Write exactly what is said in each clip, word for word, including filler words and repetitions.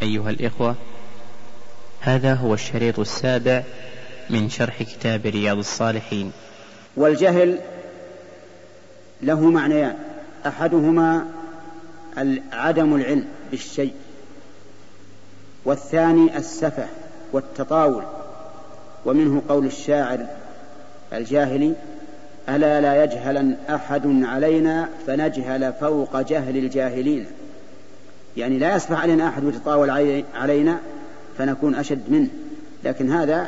أيها الإخوة، هذا هو الشريط السابع من شرح كتاب رياض الصالحين. والجهل له معنيان: أحدهما عدم العلم بالشيء، والثاني السفه والتطاول. ومنه قول الشاعر الجاهلي: ألا لا يجهلن أحد علينا فنجهل فوق جهل الجاهلين. يعني لا يسفه علينا أحد ويتطاول علينا فنكون أشد منه، لكن هذا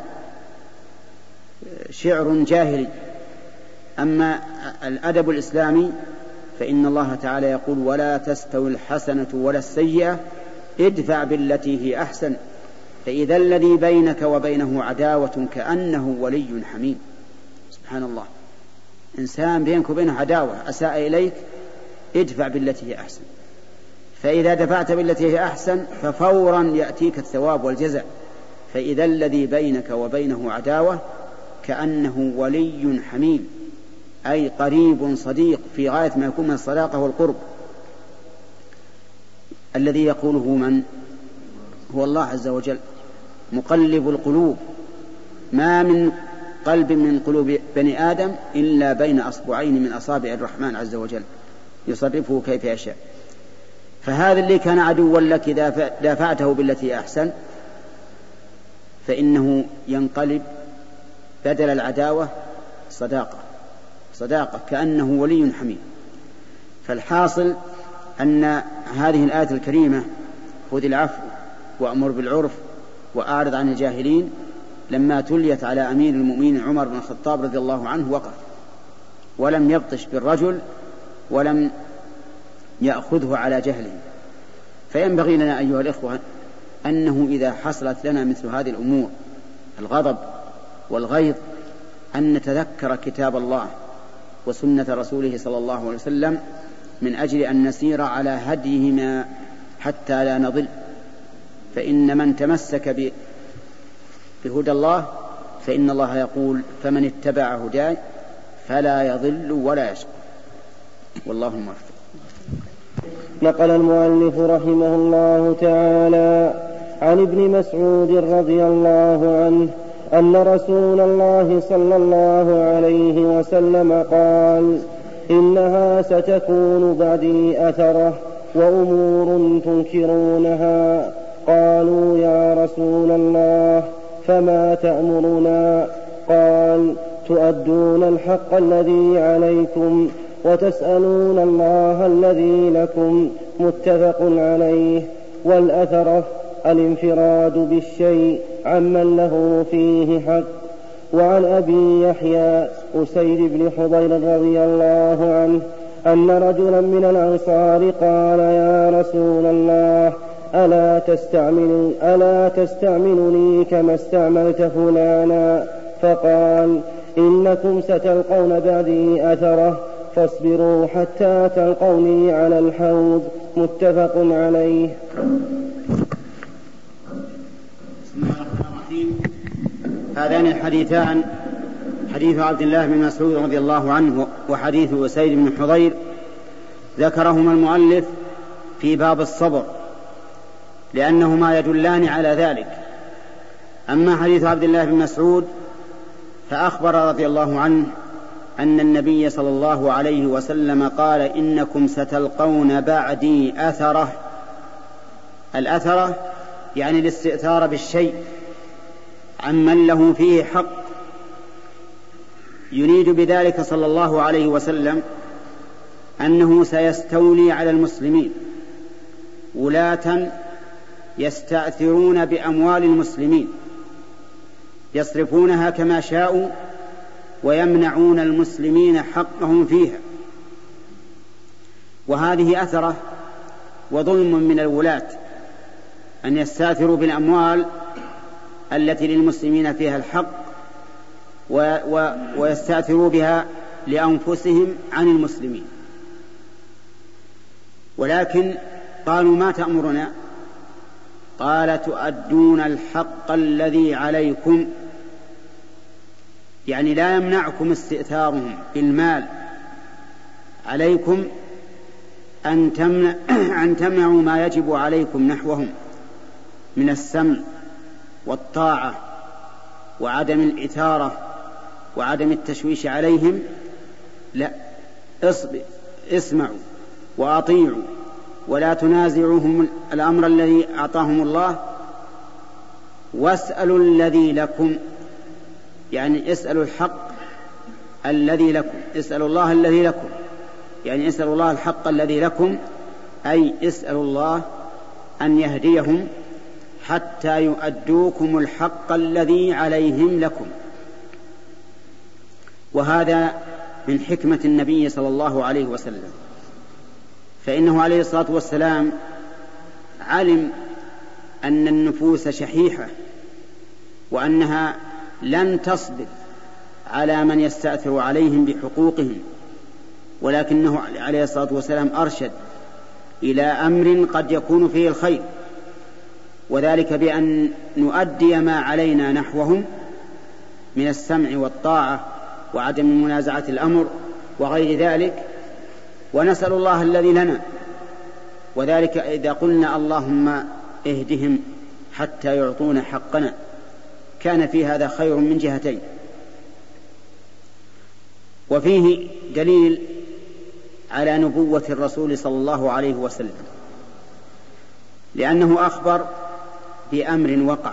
شعر جاهلي. أما الأدب الإسلامي فإن الله تعالى يقول: ولا تستوي الحسنة ولا السيئة ادفع بالتي هي أحسن فإذا الذي بينك وبينه عداوة كأنه ولي حميم. سبحان الله، إنسان بينك وبينه عداوة، أساء إليك، ادفع بالتي هي أحسن، فإذا دفعت بالتي هي أحسن ففورا يأتيك الثواب والجزاء. فإذا الذي بينك وبينه عداوة كأنه ولي حميم، أي قريب صديق في غاية ما يكون من الصداقة والقرب. الذي يقوله من هو الله عز وجل مقلب القلوب. ما من قلب من قلوب بني آدم إلا بين أصبعين من أصابع الرحمن عز وجل يصرفه كيف يشاء. فهذا اللي كان عدوا لك إذا دافعته بالتي أحسن فإنه ينقلب بدل العداوة صداقة صداقة كأنه ولي حميم. فالحاصل أن هذه الآية الكريمة: خذ العفو وأمر بالعرف وأعرض عن الجاهلين، لما تليت على أمير المؤمنين عمر بن الخطاب رضي الله عنه وقف ولم يبطش بالرجل ولم يأخذه على جهله. فينبغي لنا أيها الإخوة أنه إذا حصلت لنا مثل هذه الأمور، الغضب والغيظ، أن نتذكر كتاب الله وسنة رسوله صلى الله عليه وسلم من أجل أن نسير على هديهما حتى لا نضل. فإن من تمسك بهدى الله فإن الله يقول: فمن اتبع هداي فلا يضل ولا يشقى. والله موفق. نقل المؤلف رحمه الله تعالى عن ابن مسعود رضي الله عنه أن رسول الله صلى الله عليه وسلم قال: إنها ستكون بعدي أثرة وأمور تنكرونها. قالوا: يا رسول الله فما تأمرنا؟ قال: تؤدون الحق الذي عليكم وتسألون الله الذي لكم. متفق عليه. والأثرة الانفراد بالشيء عمن له فيه حق. وعن أبي يحيى أسيد بن حضير رضي الله عنه أن رجلا من الأنصار قال: يا رسول الله ألا تستعمل ألا تستعملني كما استعملت فلانا؟ فقال: إنكم ستلقون بعدي أثرة فاصبروا حتى تلقوني على الحوض. متفق عليه. بسم الله الرحمن الرحيم. هذان الحديثان، حديث عبد الله بن مسعود رضي الله عنه وحديث أسيد بن حضير، ذكرهما المؤلف في باب الصبر لأنهما يدلان على ذلك. أما حديث عبد الله بن مسعود فأخبر رضي الله عنه أن النبي صلى الله عليه وسلم قال: إنكم ستلقون بعدي أثرة. الأثرة يعني الاستئثار بالشيء عمن له فيه حق. يريد بذلك صلى الله عليه وسلم أنه سيستولي على المسلمين ولاة يستأثرون بأموال المسلمين يصرفونها كما شاءوا ويمنعون المسلمين حقهم فيها. وهذه أثرة وظلم من الولاة أن يستأثروا بالأموال التي للمسلمين فيها الحق و و ويستأثروا بها لأنفسهم عن المسلمين. ولكن قالوا: ما تأمرنا؟ قال: تؤدون الحق الذي عليكم، يعني لا يمنعكم استئثارهم بالمال عليكم أن تمنعوا ما يجب عليكم نحوهم، من السمع والطاعة وعدم الإثارة وعدم التشويش عليهم، لا، اسمعوا وأطيعوا ولا تنازعوهم الأمر الذي أعطاهم الله، واسألوا الذي لكم، يعني اسألوا الحق الذي لكم، اسألوا الله الذي لكم، يعني اسألوا الله الحق الذي لكم، أي اسألوا الله أن يهديهم حتى يؤدوكم الحق الذي عليهم لكم. وهذا من حكمة النبي صلى الله عليه وسلم، فإنه عليه الصلاة والسلام علم أن النفوس شحيحة وأنها لن تصبر على من يستأثر عليهم بحقوقهم، ولكنه عليه الصلاة والسلام أرشد إلى أمر قد يكون فيه الخير، وذلك بأن نؤدي ما علينا نحوهم من السمع والطاعة وعدم منازعة الأمر وغير ذلك، ونسأل الله الذي لنا، وذلك إذا قلنا اللهم اهدهم حتى يعطون حقنا كان في هذا خير من جهتين. وفيه دليل على نبوة الرسول صلى الله عليه وسلم، لأنه أخبر بأمر وقع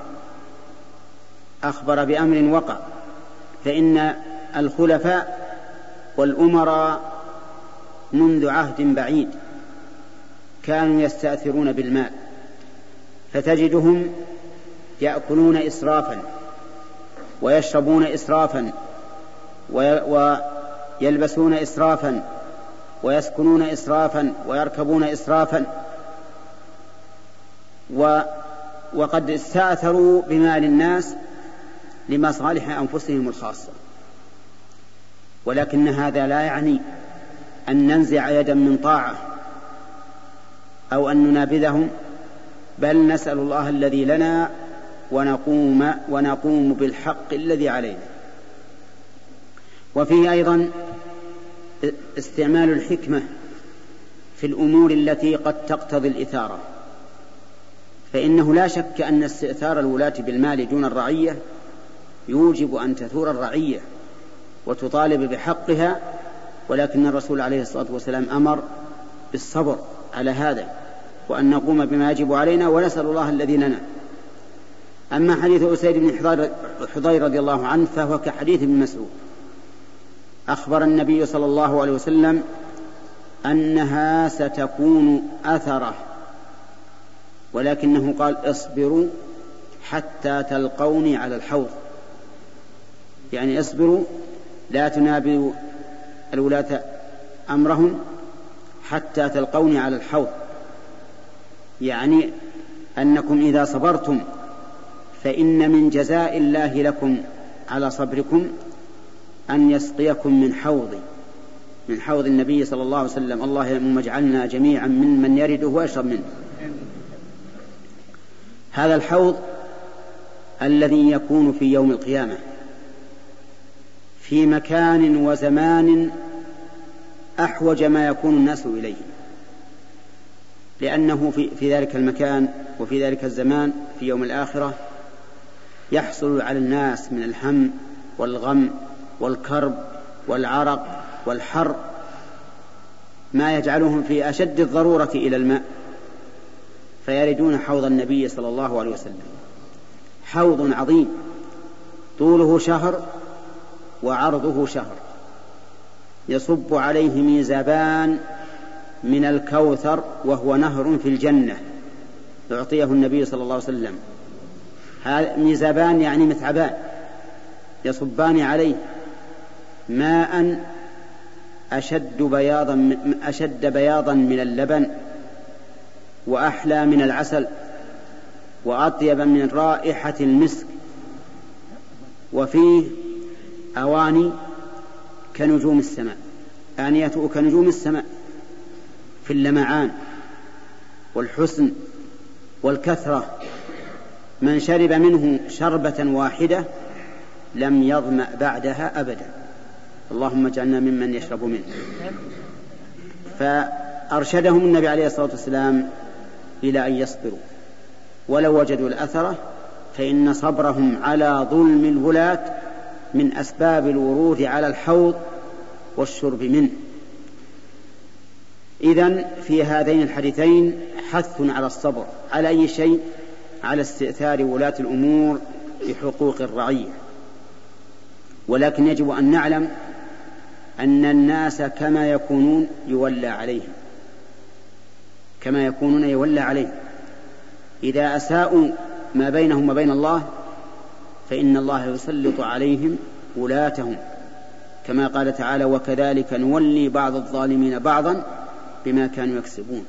أخبر بأمر وقع فإن الخلفاء والأمراء منذ عهد بعيد كانوا يستأثرون بالمال، فتجدهم يأكلون إسرافا ويشربون إسرافا ويلبسون إسرافا ويسكنون إسرافا ويركبون إسرافا، وقد استأثروا بمال الناس لمصالح أنفسهم الخاصة. ولكن هذا لا يعني أن ننزع يدا من طاعة أو أن ننابذهم، بل نسأل الله الذي لنا ونقوم, ونقوم بالحق الذي علينا. وفيه أيضا استعمال الحكمة في الأمور التي قد تقتضي الإثارة، فإنه لا شك أن استئثار الولاة بالمال دون الرعية يوجب أن تثور الرعية وتطالب بحقها، ولكن الرسول عليه الصلاة والسلام أمر بالصبر على هذا وأن نقوم بما يجب علينا ونسأل الله الذي لنا. أما حديث أسيد بن حضير رضي الله عنه فهو كحديث ابن مسعود، أخبر النبي صلى الله عليه وسلم أنها ستكون أثرة، ولكنه قال اصبروا حتى تلقوني على الحوض، يعني اصبروا لا تنابذوا الولاة أمرهم حتى تلقوني على الحوض، يعني أنكم إذا صبرتم فإن من جزاء الله لكم على صبركم أن يسقيكم من حوض من حوض النبي صلى الله عليه وسلم. اللهم اجعلنا جميعا من من يرده ويشرب منه. هذا الحوض الذي يكون في يوم القيامة في مكان وزمان أحوج ما يكون الناس إليه، لأنه في, في ذلك المكان وفي ذلك الزمان في يوم الآخرة يحصل على الناس من الهم والغم والكرب والعرق والحر ما يجعلهم في أشد الضرورة إلى الماء، فيردون حوض النبي صلى الله عليه وسلم، حوض عظيم طوله شهر وعرضه شهر، يصب عليه ميزابان من الكوثر وهو نهر في الجنة يعطيه النبي صلى الله عليه وسلم. هذا ميزابان يعني متعبان يصبان عليه ماء أشد بياضا أشد بياضا من اللبن وأحلى من العسل وأطيب من رائحة المسك، وفيه أواني كنجوم السماء، آنيته كنجوم السماء في اللمعان والحسن والكثرة، من شرب منه شربة واحدة لم يظمأ بعدها أبدا. اللهم اجعلنا ممن يشرب منه. فأرشدهم النبي عليه الصلاة والسلام إلى أن يصبروا ولو وجدوا الأثرة فإن صبرهم على ظلم الولاة من أسباب الورود على الحوض والشرب منه. إذن في هذين الحديثين حث على الصبر على أي شيء؟ على استئثار ولاة الأمور بحقوق الرعية. ولكن يجب أن نعلم أن الناس كما يكونون يولى عليهم، كما يكونون يولى عليهم. إذا أساءوا ما بينهم وبين الله فإن الله يسلط عليهم ولاتهم، كما قال تعالى: وكذلك نولي بعض الظالمين بعضا بما كانوا يكسبون.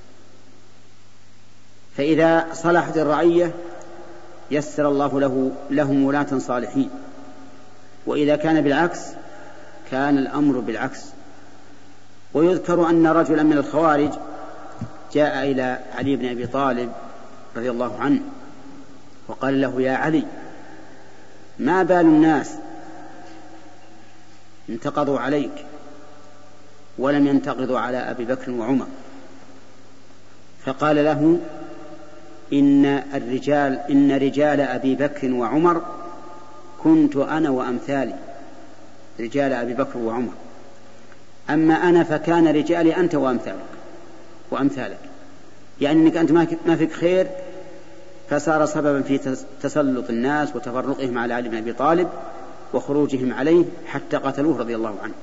فإذا صلحت الرعية يسر الله له لهم ولاة صالحين، وإذا كان بالعكس كان الأمر بالعكس. ويذكر أن رجلا من الخوارج جاء إلى علي بن أبي طالب رضي الله عنه وقال له: يا علي، ما بال الناس انتقضوا عليك ولم ينتقضوا على أبي بكر وعمر؟ فقال له: إن الرجال إن رجال أبي بكر وعمر كنت أنا وأمثالي، رجال أبي بكر وعمر، أما أنا فكان رجالي أنت وأمثالك وأمثالك، يعني أنك أنت ما فيك خير، فصار سببا في تسلط الناس وتفرقهم على علي بن أبي طالب وخروجهم عليه حتى قتلوه رضي الله عنه.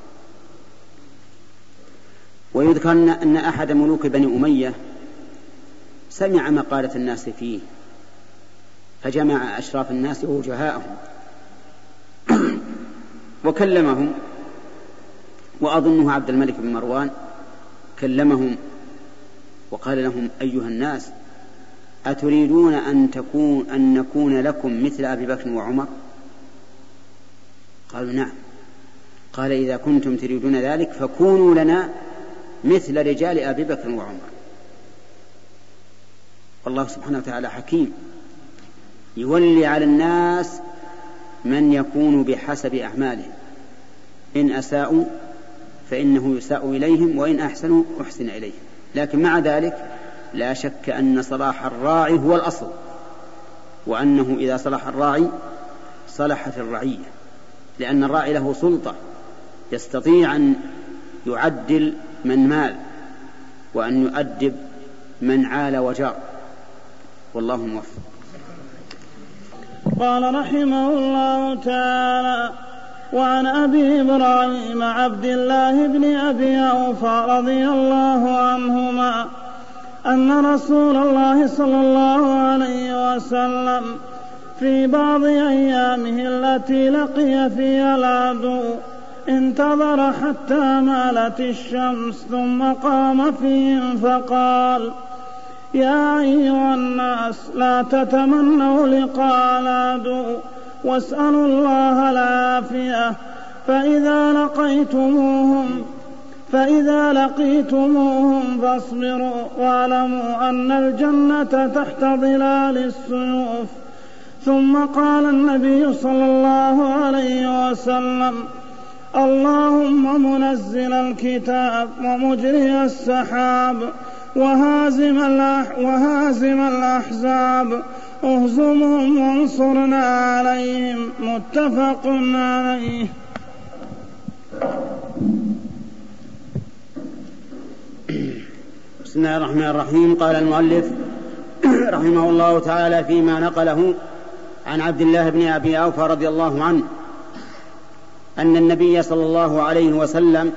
ويذكر أن أحد ملوك بني أمية سمع مقالة الناس فيه فجمع أشراف الناس ووجهاءهم وكلمهم، وأظنه عبد الملك بن مروان كلمهم وقال لهم: أيها الناس، أتريدون أن, تكون أن نكون لكم مثل أبي بكر وعمر؟ قالوا: نعم. قال: إذا كنتم تريدون ذلك فكونوا لنا مثل رجال أبي بكر وعمر. والله سبحانه وتعالى حكيم، يولي على الناس من يكون بحسب أعمالهم، إن أساءوا فإنه يساء إليهم، وإن أحسنوا أحسن إليهم. لكن مع ذلك لا شك أن صلاح الراعي هو الأصل، وأنه إذا صلح الراعي صلحت الرعية، لأن الراعي له سلطة، يستطيع أن يعدل من مال وأن يؤدب من عال وجار، والله موفق. قال رحمه الله تعالى: وعن أبي إبراهيم عبد الله بن أبي أوفى رضي الله عنهما أن رسول الله صلى الله عليه وسلم في بعض أيامه التي لقي فيها العدو انتظر حتى مالت الشمس ثم قام فيهم فقال: يا أيها الناس، لا تتمنوا لقاء العدو واسألوا الله العافية، فإذا لقيتموهم فإذا لقيتموهم فاصبروا، واعلموا أن الجنة تحت ظلال السيوف. ثم قال النبي صلى الله عليه وسلم: اللهم منزل الكتاب ومجري السحاب وهازم, وهازم الأحزاب اهزمهم وانصرنا عليهم. متفق عليه. بسم الله الرحمن الرحيم. قال المؤلف رحمه الله تعالى فيما نقله عن عبد الله بن أبي أوفى رضي الله عنه أن النبي صلى الله عليه وسلم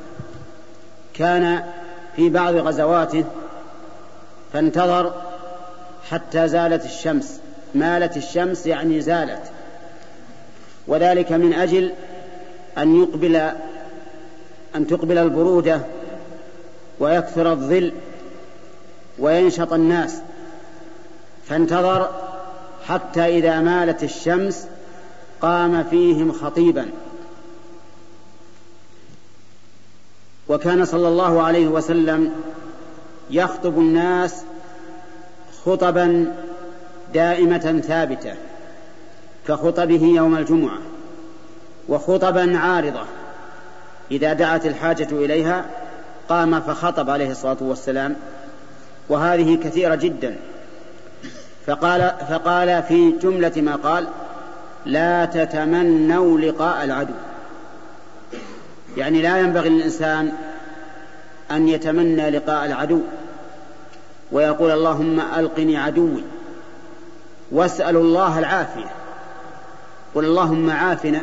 كان في بعض غزواته فانتظر حتى زالت الشمس. مالت الشمس يعني زالت، وذلك من أجل أن يقبل أن تقبل البرودة ويكثر الظل وينشط الناس، فانتظر حتى إذا مالت الشمس قام فيهم خطيبا. وكان صلى الله عليه وسلم يخطب الناس خطبا دائمة ثابتة كخطبه يوم الجمعة، وخطبا عارضة إذا دعت الحاجة إليها قام فخطب عليه الصلاة والسلام، وهذه كثيرة جدا. فقال, فقال في جملة ما قال: لا تتمنوا لقاء العدو. يعني لا ينبغي للإنسان أن يتمنى لقاء العدو ويقول: اللهم ألقني عدوي، واسأل الله العافية، قل اللهم عافنا.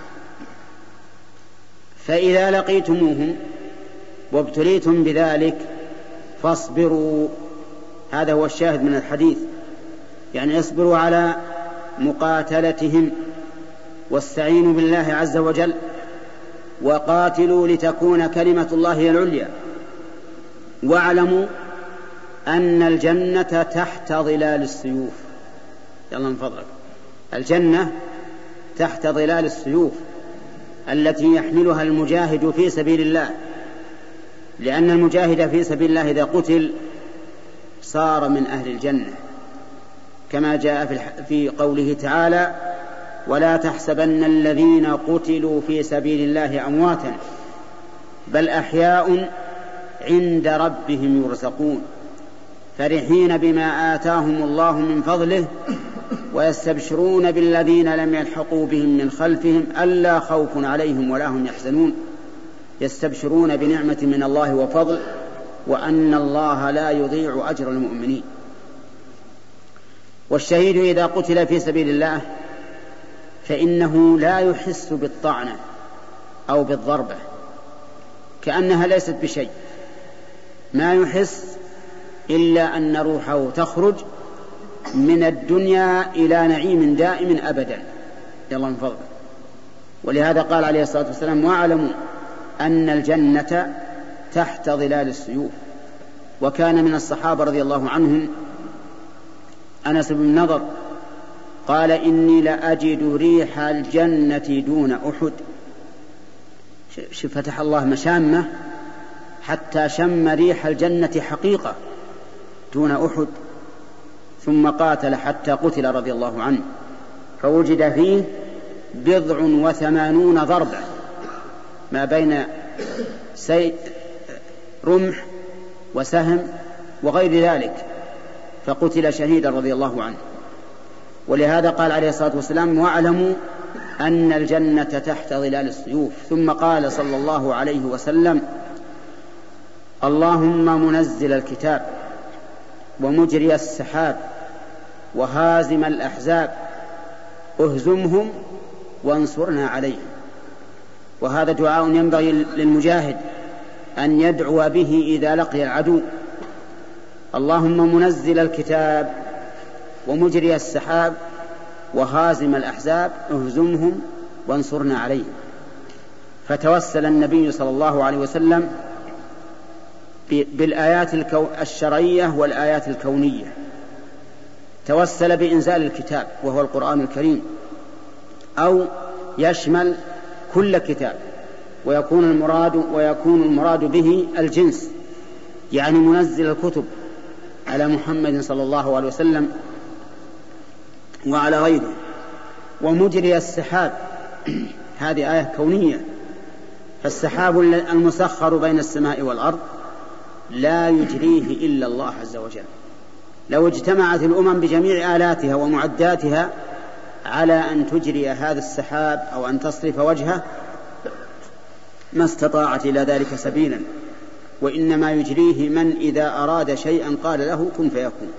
فإذا لقيتموهم وابتليتم بذلك فاصبروا. هذا هو الشاهد من الحديث، يعني اصبروا على مقاتلتهم واستعينوا بالله عز وجل وقاتلوا لتكون كلمة الله هي العليا. واعلموا أن الجنة تحت ظلال السيوف. يلا من فضلك، الجنة تحت ظلال السيوف التي يحملها المجاهد في سبيل الله، لأن المجاهد في سبيل الله إذا قتل صار من أهل الجنة، كما جاء في قوله تعالى: ولا تحسبن الذين قتلوا في سبيل الله أمواتا بل أحياء عند ربهم يرزقون فرحين بما آتاهم الله من فضله ويستبشرون بالذين لم يلحقوا بهم من خلفهم ألا خوف عليهم ولا هم يحزنون يستبشرون بنعمة من الله وفضل وأن الله لا يضيع أجر المؤمنين. والشهيد إذا قتل في سبيل الله فإنه لا يحس بالطعنة أو بالضربة، كأنها ليست بشيء، ما يحس إلا أن روحه تخرج من الدنيا إلى نعيم دائم أبدا. يلا من فضل. ولهذا قال عليه الصلاة والسلام: واعلموا أن الجنة تحت ظلال السيوف. وكان من الصحابة رضي الله عنهم أنس بن نضر قال: إني لأجد ريح الجنة دون أحد. فتح الله مشامة حتى شم ريح الجنة حقيقة دون أحد، ثم قاتل حتى قتل رضي الله عنه، فوجد فيه بضع وثمانون ضربة ما بين سي رمح وسهم وغير ذلك، فقتل شهيدا رضي الله عنه. ولهذا قال عليه الصلاة والسلام: واعلموا أن الجنة تحت ظلال السيوف. ثم قال صلى الله عليه وسلم: اللهم منزل الكتاب ومجري السحاب وهازم الأحزاب اهزمهم وانصرنا عليهم. وهذا دعاء ينبغي للمجاهد أن يدعو به إذا لقي العدو: اللهم منزل الكتاب ومجري السحاب وهازم الأحزاب اهزمهم وانصرنا عليهم. فتوسل النبي صلى الله عليه وسلم بالآيات الشرعية والآيات الكونية. توسل بإنزال الكتاب وهو القرآن الكريم، أو يشمل كل كتاب، ويكون المراد ويكون المراد به الجنس، يعني منزل الكتب على محمد صلى الله عليه وسلم وعلى غيره. ومجري السحاب هذه آية كونية، فالسحاب المسخر بين السماء والأرض لا يجريه إلا الله عز وجل. لو اجتمعت الأمم بجميع آلاتها ومعداتها على أن تجري هذا السحاب أو أن تصرف وجهه ما استطاعت إلى ذلك سبيلا، وإنما يجريه من إذا أراد شيئا قال له كن فيكون.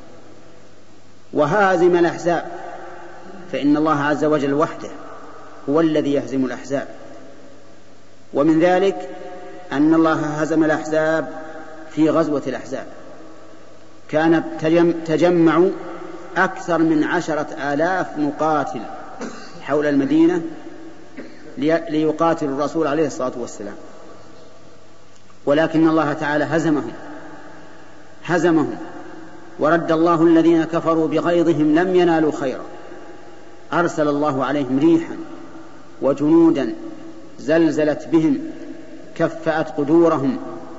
وهازم الأحزاب، فإن الله عز وجل وحده هو الذي يهزم الأحزاب. ومن ذلك أن الله هزم الأحزاب في غزوة الأحزاب، كانت تجمع أكثر من عشرة آلاف مقاتل حول المدينة ليقاتل الرسول عليه الصلاة والسلام، ولكن الله تعالى هزمهم هزمهم ورد الله الذين كفروا بغيظهم لم ينالوا خيرا. أرسل الله عليهم ريحا وجنودا زلزلت بهم، كفأت قدورهم،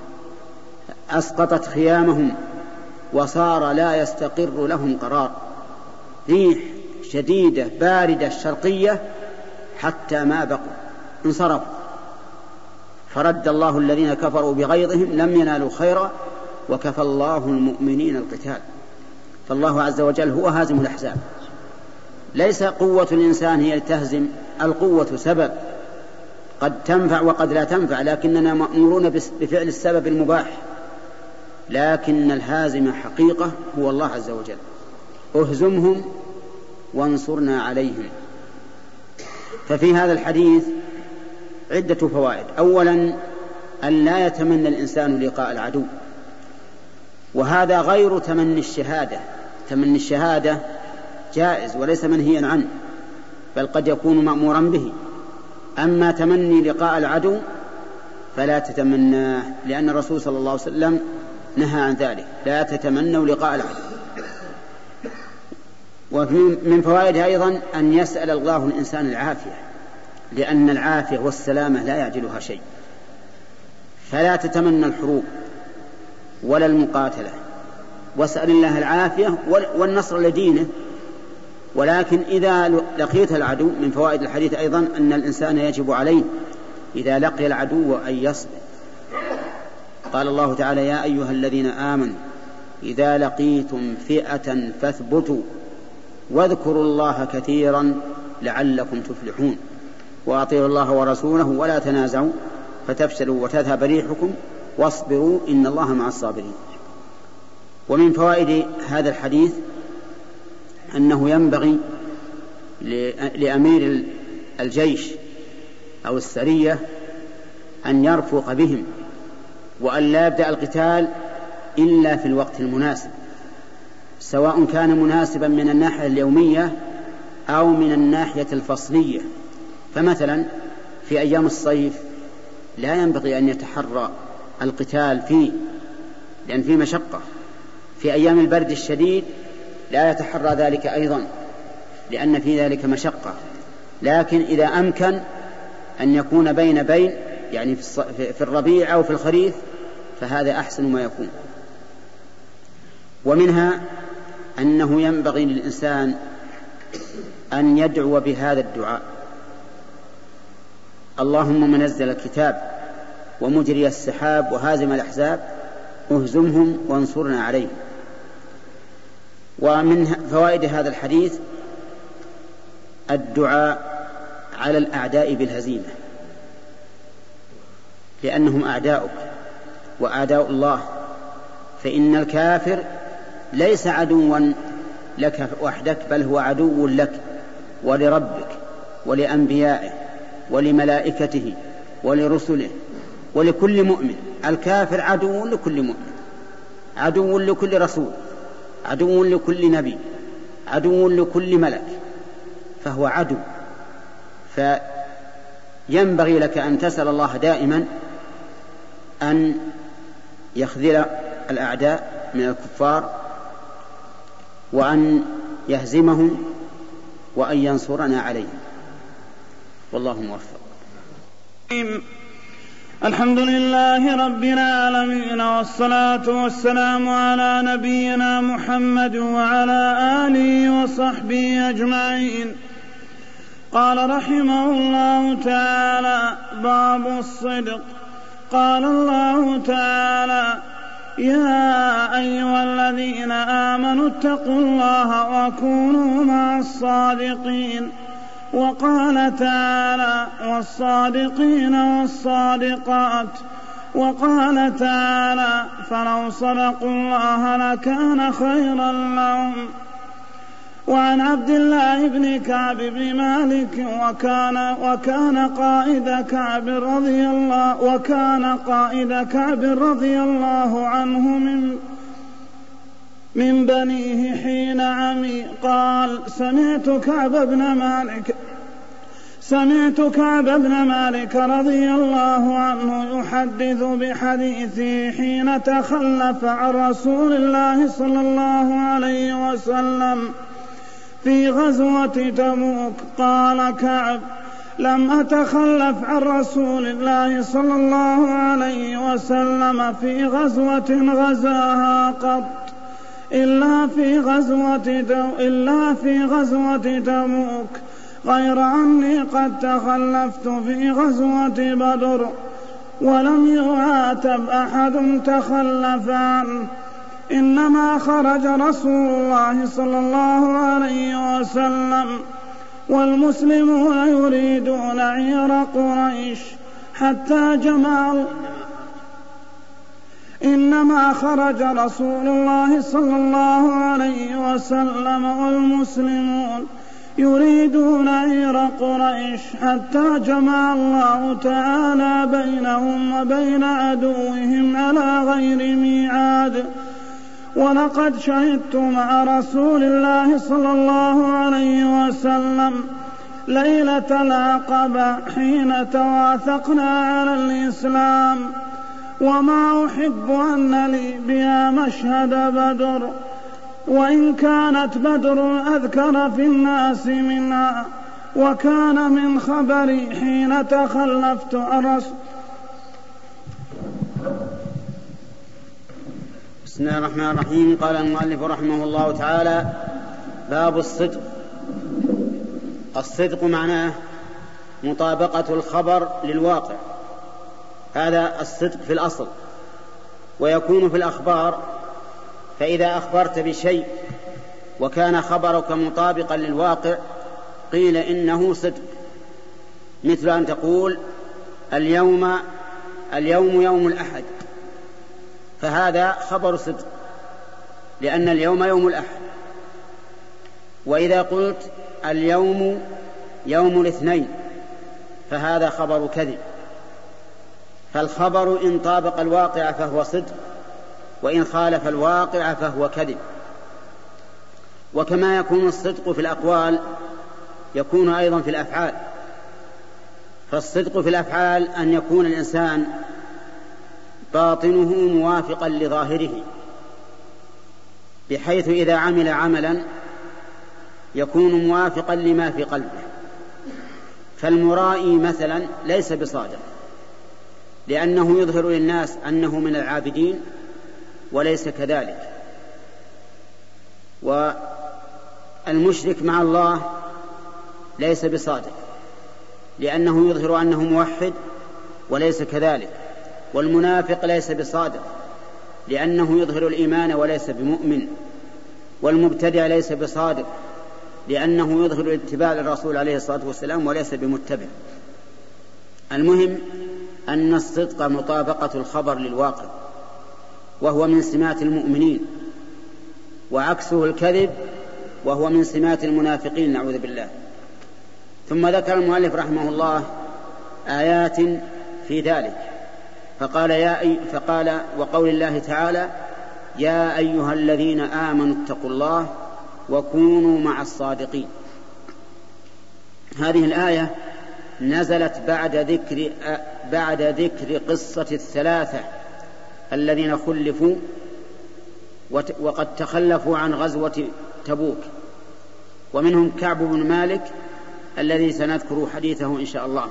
أسقطت خيامهم، وصار لا يستقر لهم قرار. ريح شديدة باردة شرقية حتى ما بقوا انصرفوا. فرد الله الذين كفروا بغيظهم لم ينالوا خيرا وكفى الله المؤمنين القتال. فالله عز وجل هو هازم الأحزاب. ليس قوة الإنسان هي تهزم، القوة سبب قد تنفع وقد لا تنفع، لكننا مأمورون بفعل السبب المباح، لكن الهازم حقيقة هو الله عز وجل. اهزمهم وانصرنا عليهم. ففي هذا الحديث عدة فوائد. أولا أن لا يتمنى الإنسان لقاء العدو، وهذا غير تمني الشهادة. تمني الشهادة جائز وليس منهيا عنه، بل قد يكون مأمورا به. أما تمني لقاء العدو فلا تتمناه، لأن الرسول صلى الله عليه وسلم نهى عن ذلك، لا تتمنوا لقاء العدو. ومن فوائدها أيضا أن يسأل الله الإنسان العافية، لأن العافية والسلامة لا يعجلها شيء. فلا تتمنى الحروب ولا المقاتلة، واسأل الله العافية والنصر لدينه. ولكن إذا لقيت العدو، من فوائد الحديث أيضا أن الإنسان يجب عليه إذا لقي العدو أن يصبر. قال الله تعالى: يا أيها الذين آمنوا إذا لقيتم فئة فاثبتوا واذكروا الله كثيرا لعلكم تفلحون وأطيعوا الله ورسوله ولا تنازعوا فتفشلوا وتذهب ريحكم واصبروا إن الله مع الصابرين. ومن فوائد هذا الحديث أنه ينبغي لأمير الجيش أو السرية أن يرفق بهم، وأن لا يبدأ القتال إلا في الوقت المناسب، سواء كان مناسبا من الناحية اليومية أو من الناحية الفصلية. فمثلا في أيام الصيف لا ينبغي أن يتحرى القتال فيه لأن فيه مشقة. في أيام البرد الشديد لا يتحرى ذلك أيضا لأن في ذلك مشقة. لكن إذا أمكن أن يكون بين بين، يعني في الربيع أو في الخريف، فهذا أحسن ما يكون. ومنها أنه ينبغي للإنسان أن يدعو بهذا الدعاء: اللهم منزل الكتاب ومجري السحاب وهازم الأحزاب اهزمهم وانصرنا عليهم. ومن فوائد هذا الحديث الدعاء على الأعداء بالهزيمة، لأنهم أعداؤك وأعداء الله. فإن الكافر ليس عدوا لك وحدك، بل هو عدو لك ولربك ولأنبيائه ولملائكته ولرسله ولكل مؤمن. الكافر عدو لكل مؤمن، عدو لكل رسول، عدو لكل نبي، عدو لكل ملك، فهو عدو. فينبغي لك أن تسأل الله دائما أن يخذل الأعداء من الكفار وأن يهزمهم وأن ينصرنا عليهم، والله موفق. الحمد لله رب العالمين، والصلاة والسلام على نبينا محمد وعلى آله وصحبه أجمعين. قال رحمه الله تعالى: باب الصدق. قال الله تعالى: يا أيها الذين آمنوا اتقوا الله وكونوا مع الصادقين. وقال تعالى: والصادقين والصادقات. وقال تعالى: فلو صدقوا الله لكان خيرا لهم. وعن عبد الله بن كعب بن مالك وكان وكان قائد كعب رضي الله وكان قائد كعب رضي الله عنه من من بنيه حين عمي. قال: سمعت كعب بن مالك سمعت كعب بن مالك رضي الله عنه يحدث بحديثه حين تخلف عن رسول الله صلى الله عليه وسلم في غزوة تبوك. قال كعب: لم أتخلف عن رسول الله صلى الله عليه وسلم في غزوة غزاها قط إلا في غزوة إلا في غزوة تبوك، غير أني قد تخلفت في غزوة بدر ولم يعاتب أحد تخلف عنه. إنما خرج رسول الله صلى الله عليه وسلم والمسلمون يريدون عير قريش حتى جمعوا إنما خرج رسول الله صلى الله عليه وسلم والمسلمون يريدون عير قريش حتى جمع الله تعالى بينهم وبين عدوهم على غير ميعاد. ولقد شهدت مع رسول الله صلى الله عليه وسلم ليلة العقبة حين تواثقنا على الإسلام، وما أحب أن لي بها مشهد بدر، وإن كانت بدر أذكر في الناس منها، وكان من خبري حين تخلفت الرسول. بسم الله الرحمن الرحيم. قال المؤلف رحمه الله تعالى: باب الصدق. الصدق معناه مطابقة الخبر للواقع، هذا الصدق في الأصل، ويكون في الأخبار. فإذا أخبرت بشيء وكان خبرك مطابقا للواقع قيل إنه صدق، مثل أن تقول اليوم اليوم يوم الأحد، فهذا خبر صدق لأن اليوم يوم الأحد. وإذا قلت اليوم يوم الاثنين فهذا خبر كذب. فالخبر إن طابق الواقع فهو صدق، وإن خالف الواقع فهو كذب. وكما يكون الصدق في الأقوال يكون أيضا في الأفعال. فالصدق في الأفعال أن يكون الإنسان باطنه موافقا لظاهره، بحيث إذا عمل عملا يكون موافقا لما في قلبه. فالمرائي مثلا ليس بصادق، لأنه يظهر للناس أنه من العابدين وليس كذلك. والمشرك مع الله ليس بصادق، لأنه يظهر أنه موحد وليس كذلك. والمنافق ليس بصادق، لأنه يظهر الإيمان وليس بمؤمن. والمبتدع ليس بصادق، لأنه يظهر الاتباع للرسول عليه الصلاة والسلام وليس بمتبع. المهم أن الصدق مطابقة الخبر للواقع، وهو من سمات المؤمنين، وعكسه الكذب وهو من سمات المنافقين، نعوذ بالله. ثم ذكر المؤلف رحمه الله آيات في ذلك، فقال, يا أي فقال وقول الله تعالى: يا أيها الذين آمنوا اتقوا الله وكونوا مع الصادقين. هذه الآية نزلت بعد ذكر, بعد ذكر قصة الثلاثة الذين خلفوا وقد تخلفوا عن غزوة تبوك، ومنهم كعب بن مالك الذي سنذكر حديثه إن شاء الله.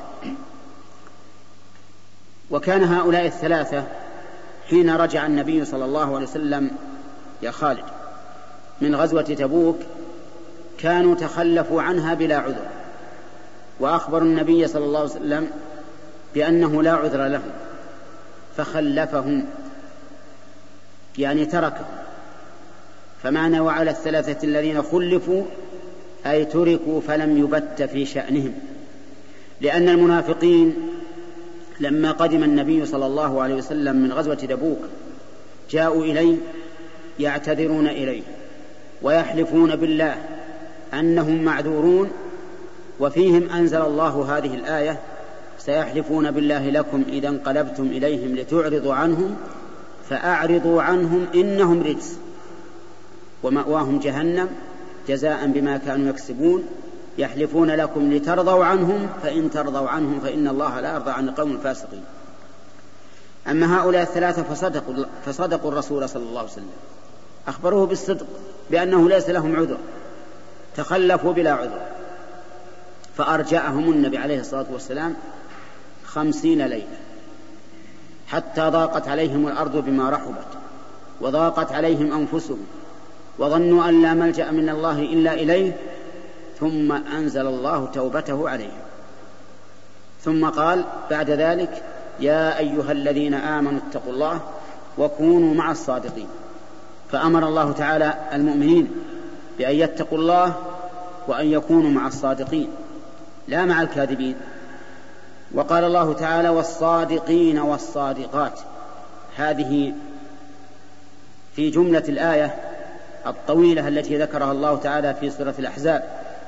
وكان هؤلاء الثلاثة حين رجع النبي صلى الله عليه وسلم يا خالد من غزوة تبوك كانوا تخلفوا عنها بلا عذر، وأخبروا النبي صلى الله عليه وسلم بأنه لا عذر لهم، فخلفهم يعني تركهم. فمعنى وعلى الثلاثة الذين خلفوا أي تركوا فلم يبت في شأنهم، لأن المنافقين لما قدم النبي صلى الله عليه وسلم من غزوة تبوك جاءوا إليه يعتذرون إليه ويحلفون بالله أنهم معذورون، وفيهم أنزل الله هذه الآية: سيحلفون بالله لكم إذا انقلبتم إليهم لتعرضوا عنهم فأعرضوا عنهم إنهم رجس ومأواهم جهنم جزاء بما كانوا يكسبون، يحلفون لكم لترضوا عنهم فإن ترضوا عنهم فإن الله لا يرضى عن القوم الفاسقين. أما هؤلاء الثلاثة فصدقوا, فصدقوا الرسول صلى الله عليه وسلم، أخبروه بالصدق بأنه ليس لهم عذر، تخلفوا بلا عذر، فأرجعهم النبي عليه الصلاة والسلام خمسين ليلة حتى ضاقت عليهم الأرض بما رحبت وضاقت عليهم أنفسهم وظنوا أن لا ملجأ من الله إلا إليه، ثم أنزل الله توبته عليهم. ثم قال بعد ذلك: يا أيها الذين آمنوا اتقوا الله وكونوا مع الصادقين. فأمر الله تعالى المؤمنين بأن يتقوا الله وأن يكونوا مع الصادقين لا مع الكاذبين. وقال الله تعالى والصادقين والصادقات، هذه في جملة الآية الطويلة التي ذكرها الله تعالى في سورة الأحزاب: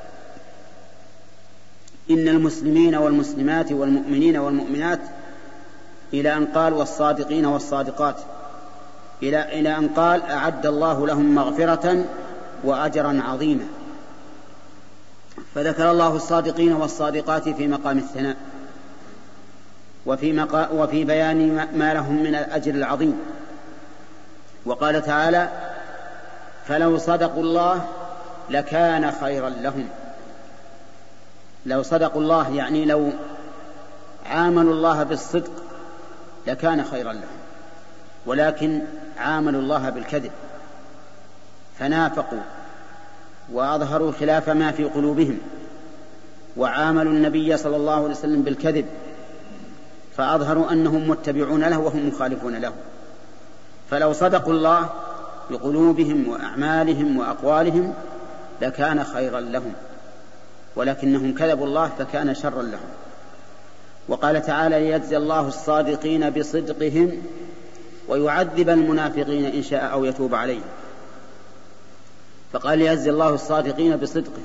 إن المسلمين والمسلمات والمؤمنين والمؤمنات، إلى أن قال والصادقين والصادقات، إلى إلى أن قال أعد الله لهم مغفرة وأجرا عظيما. فذكر الله الصادقين والصادقات في مقام الثناء وفي, مقا وفي بيان ما لهم من الأجر العظيم. وقال تعالى فلو صدقوا الله لكان خيرا لهم. لو صدقوا الله يعني لو عاملوا الله بالصدق لكان خيرا لهم، ولكن عاملوا الله بالكذب فنافقوا وأظهروا خلاف ما في قلوبهم، وعاملوا النبي صلى الله عليه وسلم بالكذب فأظهروا أنهم متبعون له وهم مخالفون له. فلو صدقوا الله بقلوبهم وأعمالهم وأقوالهم لكان خيرا لهم، ولكنهم كذبوا الله فكان شرا لهم. وقال تعالى ليجزي الله الصادقين بصدقهم ويعذب المنافقين إن شاء أو يتوب عليهم. فقال ليجزي الله الصادقين بصدقهم،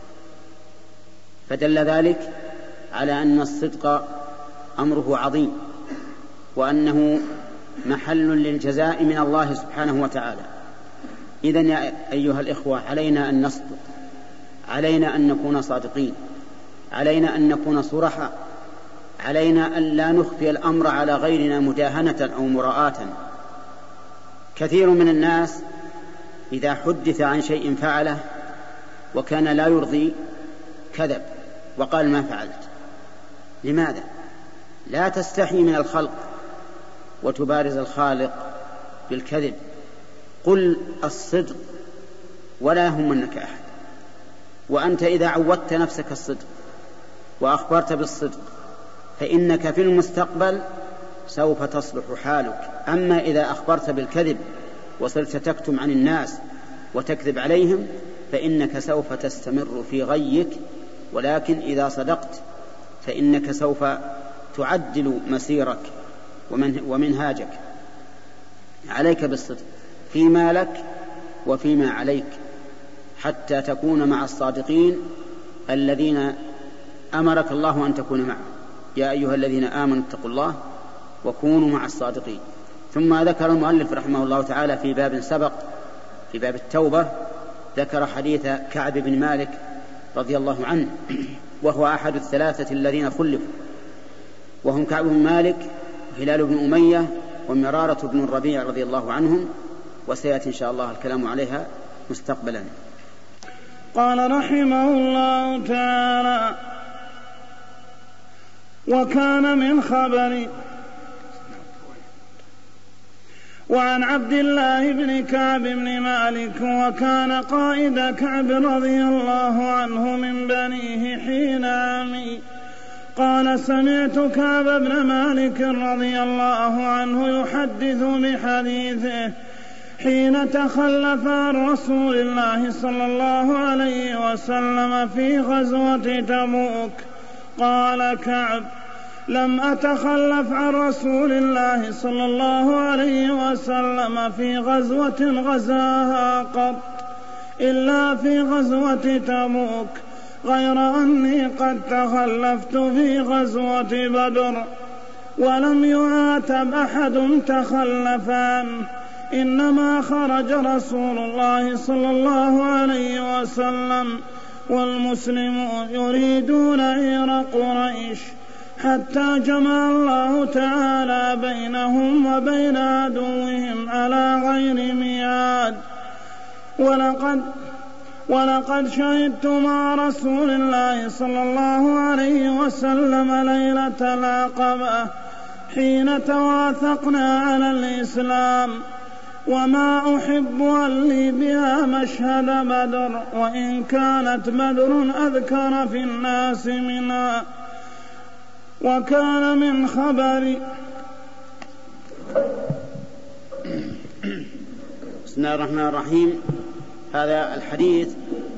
فدل ذلك على أن الصدق أمره عظيم، وأنه محل للجزاء من الله سبحانه وتعالى. إذن يا أيها الإخوة علينا أن نصدق، علينا أن نكون صادقين، علينا أن نكون صرحاء، علينا أن لا نخفي الأمر على غيرنا مداهنة أو مراءة. كثير من الناس إذا حدث عن شيء فعله وكان لا يرضي كذب وقال ما فعلت. لماذا؟ لا تستحي من الخلق وتبارز الخالق بالكذب. قل الصدق ولا يهمنك أحد. وأنت إذا عودت نفسك الصدق وأخبرت بالصدق فإنك في المستقبل سوف تصلح حالك. أما إذا أخبرت بالكذب وصرت تكتم عن الناس وتكذب عليهم فإنك سوف تستمر في غيك، ولكن إذا صدقت فإنك سوف تعدل مسيرك ومنهاجك. عليك بالصدق فيما لك وفيما عليك حتى تكون مع الصادقين الذين أمرك الله أن تكون معهم. يا أيها الذين آمنوا اتقوا الله وكونوا مع الصادقين. ثم ذكر المؤلف رحمه الله تعالى في باب سبق في باب التوبة ذكر حديث كعب بن مالك رضي الله عنه، وهو أحد الثلاثة الذين خلفوا، وهم كعب بن مالك وهلال بن أمية ومرارة بن الربيع رضي الله عنهم، وسيأتي إن شاء الله الكلام عليها مستقبلا. قال رحمه الله تعالى وكان من خبر. وعن عبد الله بن كعب بن مالك وكان قائد كعب رضي الله عنه من بنيه حين عمي. قال سمعت كعب بن مالك رضي الله عنه يحدث بحديثه حين تخلف عن رسول الله صلى الله عليه وسلم في غزوة تبوك. قال كعب لم أتخلف عن رسول الله صلى الله عليه وسلم في غزوة غزاها قط إلا في غزوة تبوك، غير أني قد تخلفت في غزوة بدر ولم يعاتب أحد تخلف عنه، إنما خرج رسول الله صلى الله عليه وسلم والمسلمون يريدون عير قريش حتى جمع الله تعالى بينهم وبين عدوهم على غير ميعاد. ولقد ولقد شهدت مع رسول الله صلى الله عليه وسلم ليلة العقبة حين تواثقنا على الإسلام، وما أحب أن لي بها مشهد بدر، وإن كانت بدر أذكر في الناس منها. وكان من خبر. بسم بسم الله الرحمن الرحيم. هذا الحديث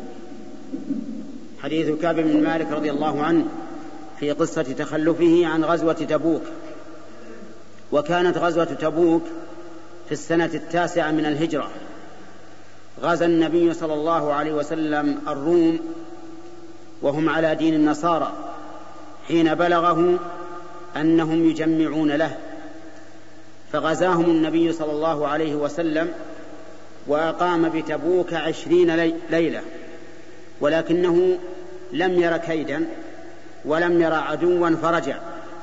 حديث كعب بن مالك رضي الله عنه في قصة تخلفه عن غزوة تبوك. وكانت غزوة تبوك في السنة التاسعة من الهجرة. غزا النبي صلى الله عليه وسلم الروم وهم على دين النصارى حين بلغه أنهم يجمعون له، فغزاهم النبي صلى الله عليه وسلم وأقام بتبوك عشرين ليلة، ولكنه لم ير كيدا ولم ير عدوا فرجع.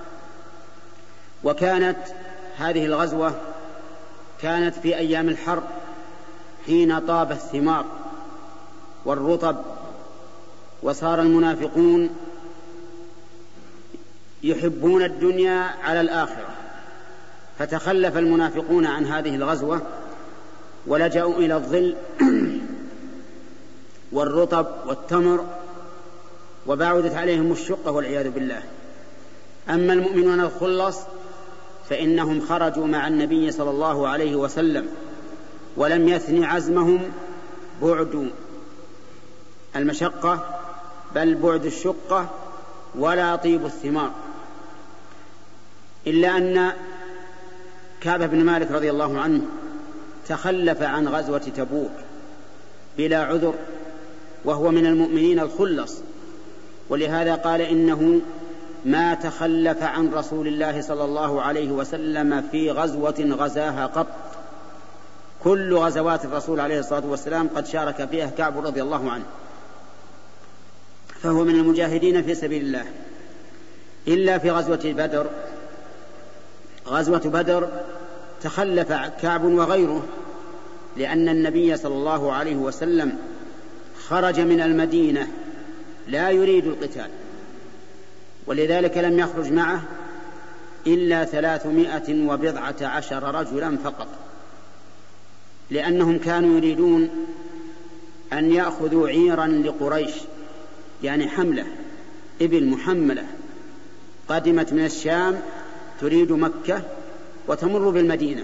وكانت هذه الغزوة كانت في أيام الحرب حين طاب الثمار والرطب، وصار المنافقون يحبون الدنيا على الآخرة، فتخلف المنافقون عن هذه الغزوة ولجأوا إلى الظل والرطب والتمر، وبعدت عليهم الشقة والعياذ بالله. أما المؤمنون الخلص فإنهم خرجوا مع النبي صلى الله عليه وسلم، ولم يثن عزمهم بعد المشقة بل بعد الشقة ولا طيب الثمار، إلا أن كعب بن مالك رضي الله عنه تخلف عن غزوة تبوك بلا عذر، وهو من المؤمنين الخلص، ولهذا قال إنه ما تخلف عن رسول الله صلى الله عليه وسلم في غزوة غزاها قط. كل غزوات الرسول عليه الصلاة والسلام قد شارك فيها كعب رضي الله عنه، فهو من المجاهدين في سبيل الله، إلا في غزوة بدر. غزوة بدر تخلف كعب وغيره، لأن النبي صلى الله عليه وسلم خرج من المدينة لا يريد القتال، ولذلك لم يخرج معه إلا ثلاثمائة وبضعة عشر رجلا فقط، لأنهم كانوا يريدون أن يأخذوا عيرا لقريش، يعني حملة إبل محملة قدمت من الشام تريد مكة وتمر بالمدينة.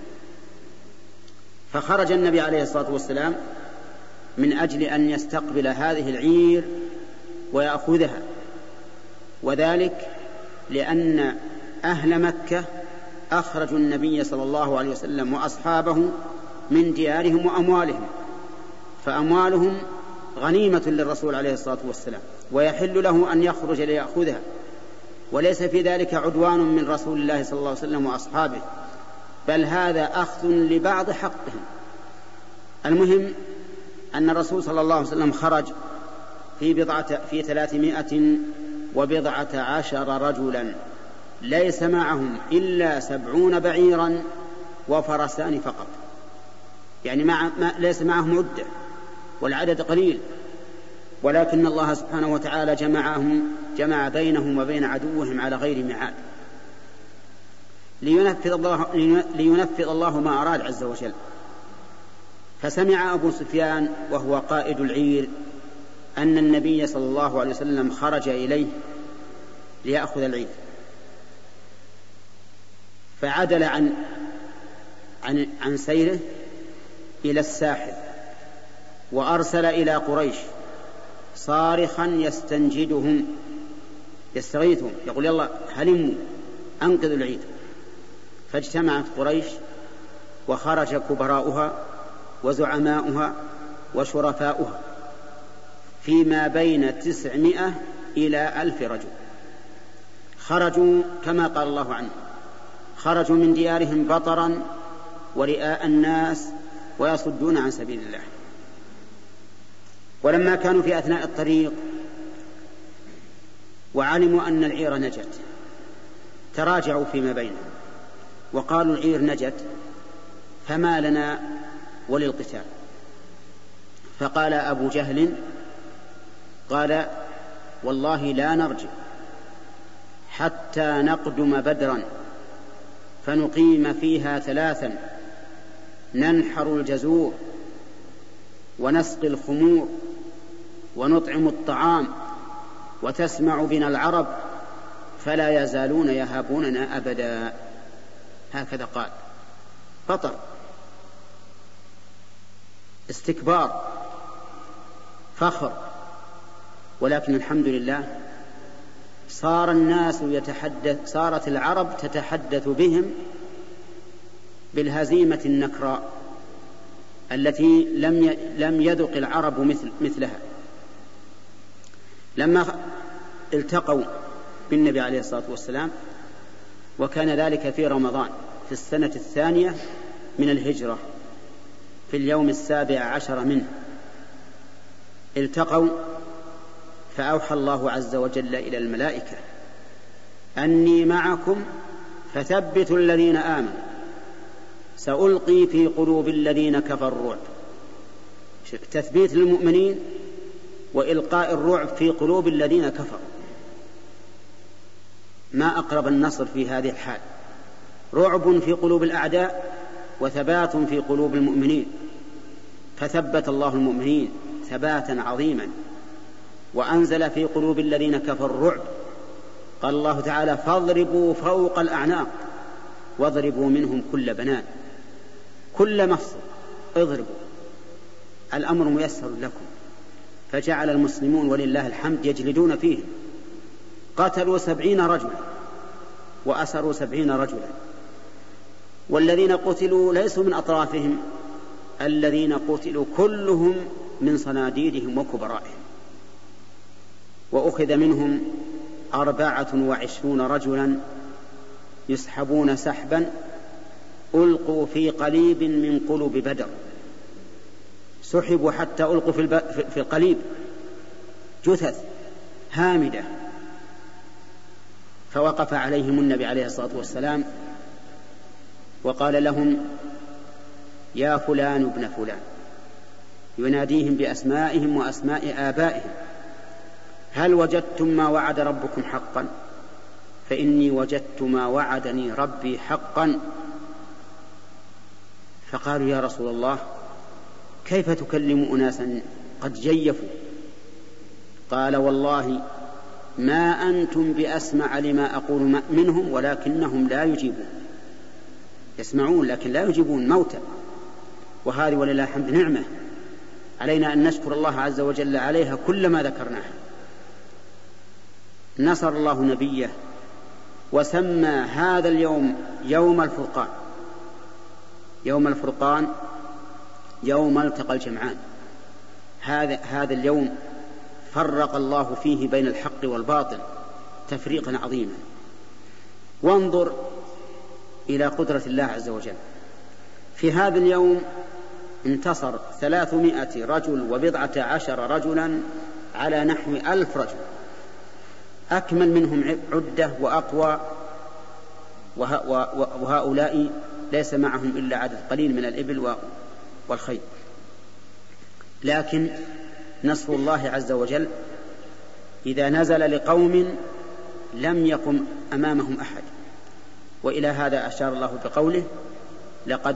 فخرج النبي عليه الصلاة والسلام من أجل أن يستقبل هذه العير ويأخذها، وذلك لأن أهل مكة أخرجوا النبي صلى الله عليه وسلم وأصحابه من ديارهم وأموالهم، فأموالهم غنيمة للرسول عليه الصلاة والسلام، ويحل له أن يخرج ليأخذها، وليس في ذلك عدوان من رسول الله صلى الله عليه وسلم وأصحابه، بل هذا أخذ لبعض حقهم. المهم أن الرسول صلى الله عليه وسلم خرج في بضعة في ثلاثمائة وبضعة عشر رجلا، ليس معهم إلا سبعون بعيرا وفرسان فقط، يعني مع ما ليس معهم عدة والعدد قليل، ولكن الله سبحانه وتعالى جمعهم جمع بينهم وبين عدوهم على غير ميعاد، لينفذ الله, لينفذ الله ما أراد عز وجل. فسمع أبو سفيان وهو قائد العير أن النبي صلى الله عليه وسلم خرج إليه ليأخذ العير، فعدل عن عن عن سيره إلى الساحل، وأرسل إلى قريش صارخا يستنجدهم يستغيثهم، يقول يلا هلموا أنقذوا العير. فاجتمعت قريش وخرج كبراؤها وزعماؤها وشرفاؤها فيما بين تسعمائة إلى ألف رجل. خرجوا كما قال الله عنه، خرجوا من ديارهم بطرا ورئاء الناس ويصدون عن سبيل الله. ولما كانوا في أثناء الطريق وعلموا أن العير نجت تراجعوا فيما بينهم وقالوا العير نجت فما لنا وللقتال. فقال أبو جهل قال والله لا نرجع حتى نقدم بدرا فنقيم فيها ثلاثا، ننحر الجزور ونسقي الخمور ونطعم الطعام وتسمع بنا العرب فلا يزالون يهابوننا أبدا. هكذا قال بطر. استكبار فخر، ولكن الحمد لله صار الناس يتحدث صارت العرب تتحدث بهم بالهزيمة النكراء التي لم لم يذق العرب مثل مثلها. لما التقوا بالنبي عليه الصلاة والسلام، وكان ذلك في رمضان في السنة الثانية من الهجرة في اليوم السابع عشر منه، التقوا فأوحى الله عز وجل إلى الملائكة أني معكم فثبتوا الذين آمنوا سألقي في قلوب الذين كفروا الرعب. تثبيت للمؤمنين وإلقاء الرعب في قلوب الذين كفروا. ما أقرب النصر في هذه الحال، رعب في قلوب الأعداء وثبات في قلوب المؤمنين. فثبت الله المؤمنين ثباتا عظيما، وأنزل في قلوب الذين كفروا الرعب. قال الله تعالى فاضربوا فوق الأعناق واضربوا منهم كل بنان. كل مفصل اضربوا، الأمر ميسر لكم. فجعل المسلمون ولله الحمد يجلدون فيهم، قتلوا سبعين رجلا وأسروا سبعين رجلا، والذين قتلوا ليسوا من أطرافهم، الذين قتلوا كلهم من صناديدهم وكبرائهم. وأخذ منهم أربعة وعشرون رجلا يسحبون سحبا ألقوا في قليب من قلوب بدر، سحبوا حتى ألقوا في القليب جثث هامدة. فوقف عليهم النبي عليه الصلاة والسلام وقال لهم يا فلان ابن فلان، يناديهم بأسمائهم وأسماء آبائهم، هل وجدتم ما وعد ربكم حقا؟ فإني وجدت ما وعدني ربي حقا. فقالوا يا رسول الله كيف تكلم أناسا قد جيفوا؟ قال والله ما أنتم بأسمع لما أقول منهم ولكنهم لا يجيبون. يسمعون لكن لا يجيبون، موتى. وهذه ولله الحمد نعمة علينا أن نشكر الله عز وجل عليها كل ما ذكرناها. نصر الله نبيه وسمى هذا اليوم يوم الفرقان. يوم الفرقان يوم التقى الجمعان. هذا هذا اليوم فرق الله فيه بين الحق والباطل تفريقا عظيما. وانظر إلى قدرة الله عز وجل، في هذا اليوم انتصر ثلاثمائة رجل وبضعة عشر رجلا على نحو ألف رجل، أكمل منهم عدة وأقوى، وهؤلاء ليس معهم إلا عدد قليل من الإبل والخيل. لكن نصر الله عز وجل إذا نزل لقوم لم يقم أمامهم أحد. وإلى هذا أشار الله بقوله لقد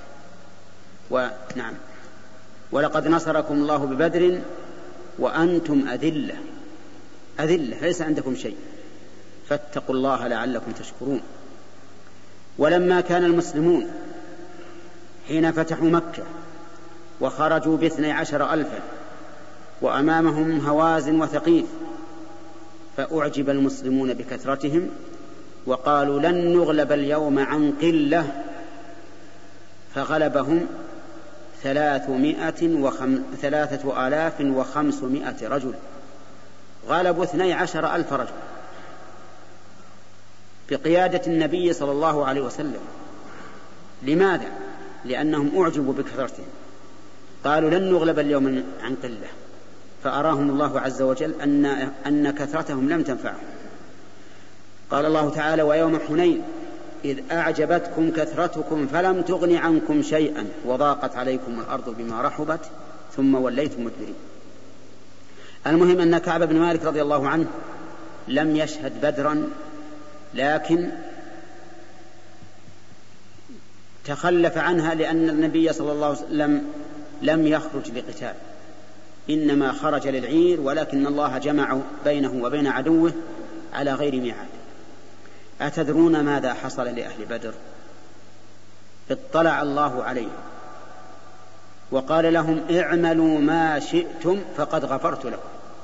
ونعم ولقد نصركم الله ببدر وأنتم أذلة أذلة ليس عندكم شيء فاتقوا الله لعلكم تشكرون. ولما كان المسلمون حين فتحوا مكة وخرجوا باثني عشر ألفا وأمامهم هوازن وثقيف، فأعجب المسلمون بكثرتهم وقالوا لن نغلب اليوم عن قلة، فغلبهم ثلاثمائة وخم... ثلاثة آلاف وخمسمائة رجل، غلبوا اثني عشر ألف رجل بقيادة النبي صلى الله عليه وسلم. لماذا؟ لأنهم أعجبوا بكثرتهم، قالوا لن نغلب اليوم عن قلة، فأراهم الله عز وجل أن, أن كثرتهم لم تنفعهم. قال الله تعالى ويوم حنين إذ أعجبتكم كثرتكم فلم تغن عنكم شيئا وضاقت عليكم الأرض بما رحبت ثم وليتم مدبرين. المهم أن كعب بن مالك رضي الله عنه لم يشهد بدرا، لكن تخلف عنها لأن النبي صلى الله عليه وسلم لم يخرج لقتال، إنما خرج للعير، ولكن الله جمع بينه وبين عدوه على غير ميعاد. أتدرون ماذا حصل لأهل بدر؟ اطلع الله عليهم وقال لهم اعملوا ما شئتم فقد غفرت لكم.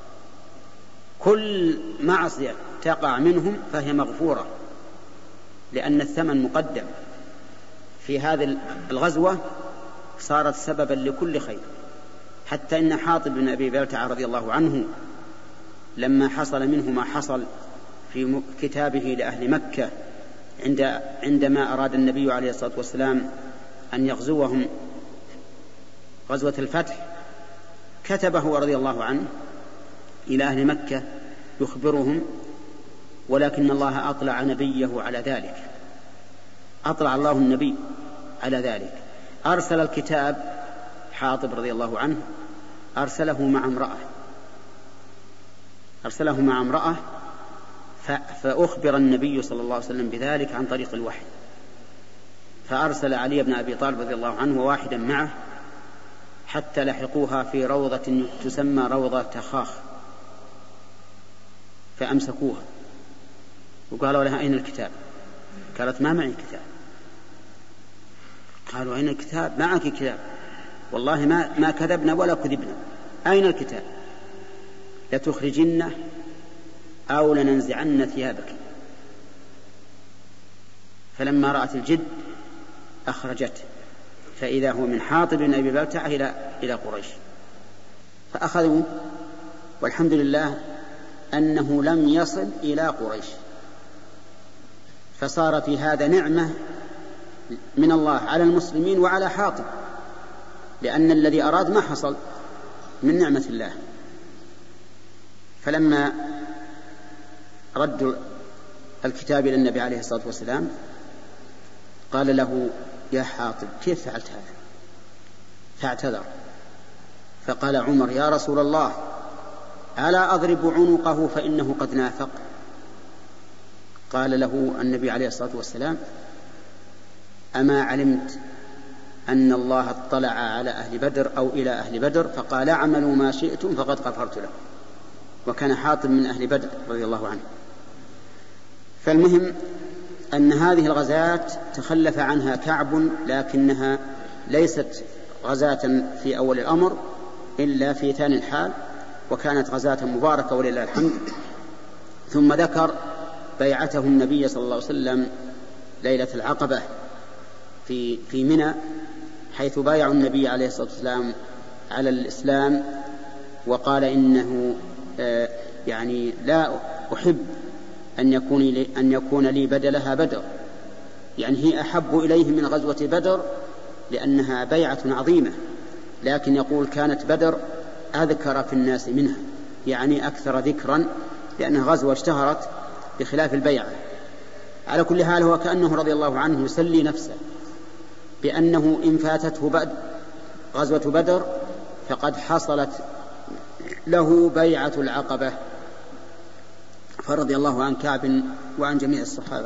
كل معصية تقع منهم فهي مغفورة، لأن الثمن مقدم في هذه الغزوة، صارت سببا لكل خير. حتى إن حاطب بن أبي بلتعة رضي الله عنه لما حصل منه ما حصل في كتابه لأهل مكة عند عندما أراد النبي عليه الصلاة والسلام أن يغزوهم غزوة الفتح، كتبه رضي الله عنه إلى أهل مكة يخبرهم، ولكن الله أطلع نبيه على ذلك، أطلع الله النبي على ذلك. أرسل الكتاب حاطب رضي الله عنه، أرسله مع امرأة أرسله مع امرأة فأخبر النبي صلى الله عليه وسلم بذلك عن طريق الوحي، فأرسل علي بن أبي طالب رضي الله عنه وواحدا معه حتى لحقوها في روضة تسمى روضة تخاخ، فأمسكوها وقالوا لها أين الكتاب؟ قالت ما معي كتاب. قالوا أين الكتاب؟ معك كتاب؟ والله ما, ما كذبنا ولا كذبنا. أين الكتاب؟ لتخرجنه أو لننزعن ثيابك. فلما رأت الجد أخرجته، فإذا هو من حاطب بن أبي بلتعة إلى إلى قريش، فأخذوا، والحمد لله أنه لم يصل إلى قريش، فصار في هذا نعمة من الله على المسلمين وعلى حاطب، لأن الذي أراد ما حصل من نعمة الله. فلما ردوا الكتاب إلى النبي عليه الصلاة والسلام قال له يا حاطب كيف فعلت هذا؟ فاعتذر، فقال عمر يا رسول الله ألا أضرب عنقه فإنه قد نافق؟ قال له النبي عليه الصلاة والسلام أما علمت أن الله اطلع على أهل بدر أو إلى أهل بدر فقال اعملوا ما شئتم فقد غفرت له. وكان حاطب من أهل بدر رضي الله عنه. فالمهم أن هذه الغزات تخلف عنها كعب، لكنها ليست غزاة في أول الأمر إلا في ثاني الحال، وكانت غزاة مباركة ولله الحمد. ثم ذكر بيعته النبي صلى الله عليه وسلم ليلة العقبة في في منى، حيث بايعوا النبي عليه الصلاة والسلام على الإسلام، وقال إنه آه يعني لا أحب أن يكون لي, أن يكون لي بدلها بدر، يعني هي أحب إليه من غزوة بدر لأنها بيعة عظيمة، لكن يقول كانت بدر أذكر في الناس منها، يعني أكثر ذكرا لأنها غزوة اشتهرت بخلاف البيعة. على كل حال هو كأنه رضي الله عنه يسلي نفسه بأنه إن فاتته بعد غزوة بدر فقد حصلت له بيعة العقبة، فرضي الله عن كعب وعن جميع الصحابة.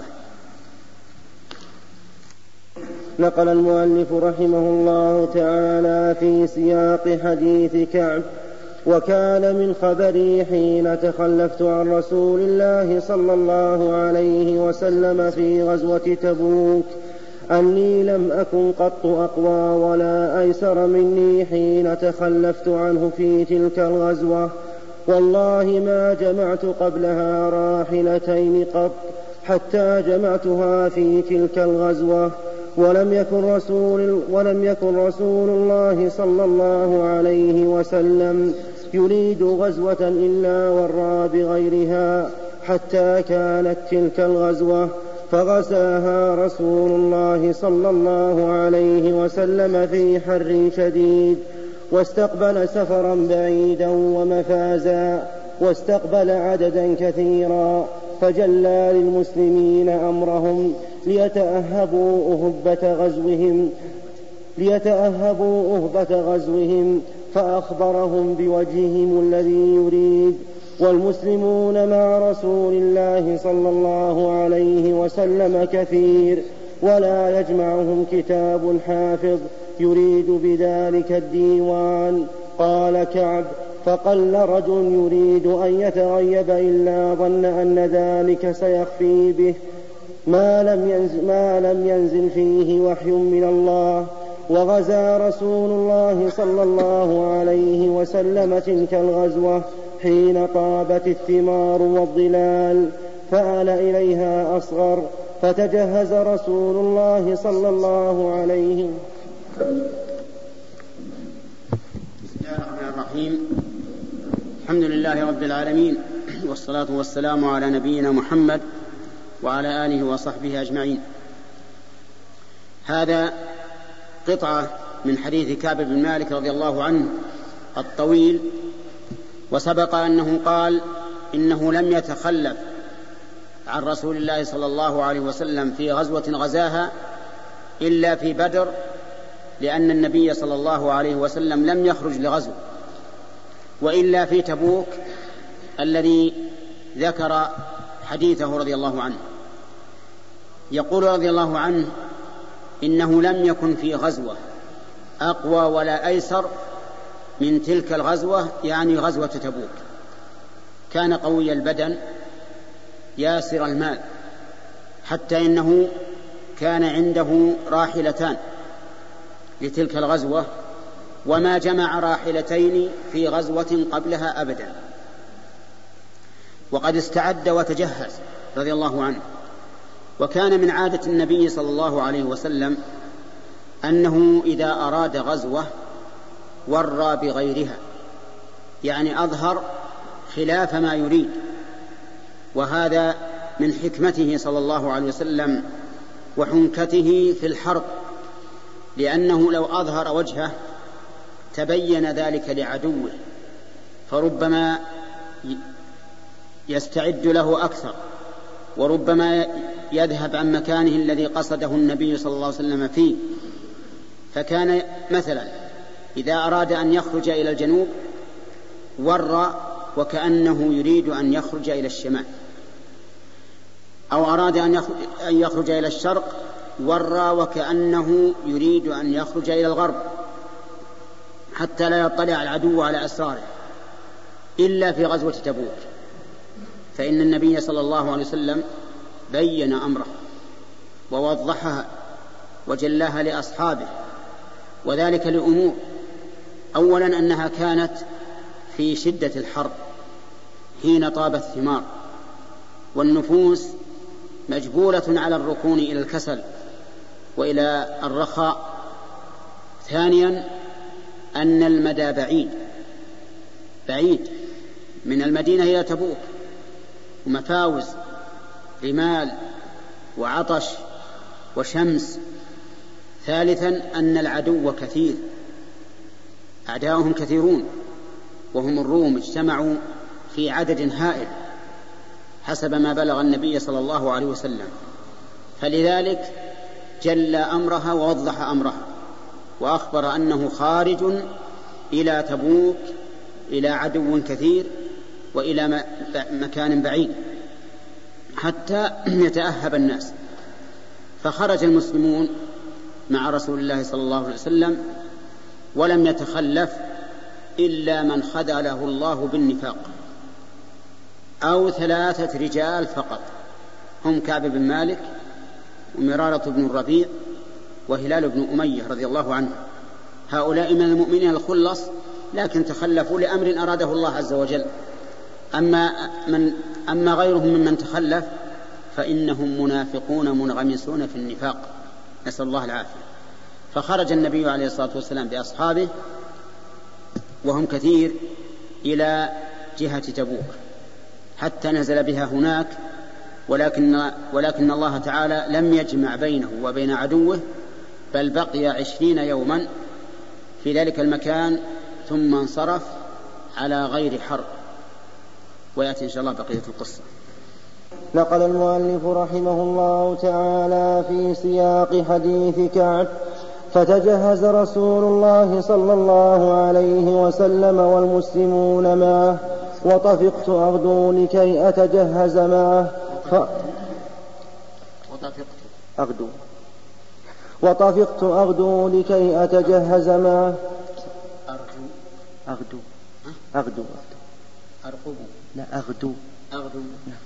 نقل المؤلف رحمه الله تعالى في سياق حديث كعب: وكان من خبري حين تخلفت عن رسول الله صلى الله عليه وسلم في غزوة تبوك أني لم أكن قط أقوى ولا أيسر مني حين تخلفت عنه في تلك الغزوة، والله ما جمعت قبلها راحلتين قط حتى جمعتها في تلك الغزوة. ولم يكن رسول, ولم يكن رسول الله صلى الله عليه وسلم يريد غزوة إلا ورى بغيرها حتى كانت تلك الغزوة، فغزاها رسول الله صلى الله عليه وسلم في حر شديد، واستقبل سفرا بعيدا ومفازا، واستقبل عددا كثيرا، فجلى للمسلمين أمرهم ليتأهبوا أهبة غزوهم ليتأهبوا أهبة غزوهم فأخبرهم بوجههم الذي يريد. والمسلمون مع رسول الله صلى الله عليه وسلم كثير، ولا يجمعهم كتاب حافظ يريد بذلك الديوان. قال كعب: فقل رجل يريد أن يتغيب إلا ظن أن ذلك سيخفي به ما لم ينزل, ما لم ينزل فيه وحي من الله. وغزا رسول الله صلى الله عليه وسلم تلك الغزوة حين طابت الثمار والظلال، فآل إليها أصغر، فتجهز رسول الله صلى الله عليه وسلم. بسم الله الرحمن الرحيم. الحمد لله رب العالمين، والصلاة والسلام على نبينا محمد وعلى آله وصحبه أجمعين. هذا قطعة من حديث كعب بن مالك رضي الله عنه الطويل، وسبق أنه قال إنه لم يتخلف عن رسول الله صلى الله عليه وسلم في غزوة غزاها إلا في بدر، لأن النبي صلى الله عليه وسلم لم يخرج لغزو، وإلا في تبوك الذي ذكر حديثه رضي الله عنه. يقول رضي الله عنه إنه لم يكن في غزوة أقوى ولا أيسر من تلك الغزوة، يعني غزوة تبوك. كان قوي البدن ياسر المال، حتى إنه كان عنده راحلتان لتلك الغزوة، وما جمع راحلتين في غزوة قبلها أبدا، وقد استعد وتجهز رضي الله عنه. وكان من عادة النبي صلى الله عليه وسلم أنه إذا أراد غزوة ورى بغيرها، يعني أظهر خلاف ما يريد، وهذا من حكمته صلى الله عليه وسلم وحنكته في الحرب، لأنه لو أظهر وجهه تبين ذلك لعدوه، فربما يستعد له أكثر، وربما يذهب عن مكانه الذي قصده النبي صلى الله عليه وسلم فيه. فكان مثلا إذا أراد أن يخرج إلى الجنوب ورى وكأنه يريد أن يخرج إلى الشمال، أو أراد أن يخرج إلى الشرق ورى وكأنه يريد أن يخرج إلى الغرب، حتى لا يطلع العدو على أسراره. إلا في غزوة تبوك، فإن النبي صلى الله عليه وسلم بين أمره ووضحها وجلاها لأصحابه، وذلك لأمور: أولا أنها كانت في شدة الحرب حين طاب الثمار، والنفوس مجبولة على الركون إلى الكسل وإلى الرخاء. ثانيا أن المدى بعيد بعيد من المدينة إلى تبوك، ومفاوز رمال وعطش وشمس. ثالثا أن العدو كثير، أعداؤهم كثيرون، وهم الروم، اجتمعوا في عدد هائل حسب ما بلغ النبي صلى الله عليه وسلم، فلذلك جل أمرها ووضح أمرها، وأخبر أنه خارج إلى تبوك إلى عدو كثير وإلى مكان بعيد حتى يتأهب الناس. فخرج المسلمون مع رسول الله صلى الله عليه وسلم، ولم يتخلف إلا من خذله الله بالنفاق، أو ثلاثة رجال فقط، هم كعب بن مالك ومرارة بن الربيع وهلال بن أمية رضي الله عنه. هؤلاء من المؤمنين الخلص، لكن تخلفوا لأمر أراده الله عز وجل. أما, من أما غيرهم ممن تخلف فإنهم منافقون منغمسون في النفاق، نسأل الله العافية. فخرج النبي عليه الصلاة والسلام بأصحابه وهم كثير إلى جهة تبوك حتى نزل بها هناك، ولكن, ولكن الله تعالى لم يجمع بينه وبين عدوه، بل بقي عشرين يوما في ذلك المكان ثم انصرف على غير حرب. ويأتي إن شاء الله بقية القصة. نقل المؤلف رحمه الله تعالى في سياق حديث كعب: فتجهز رسول الله صلى الله عليه وسلم والمسلمون معه، وطفقت أغدو لكي أتجهز معه ف... وطفقت أغدو وطفقت أغدو لكي أتجهز معه أرجو أغدو أغدو أرقب لا أغدو أغدو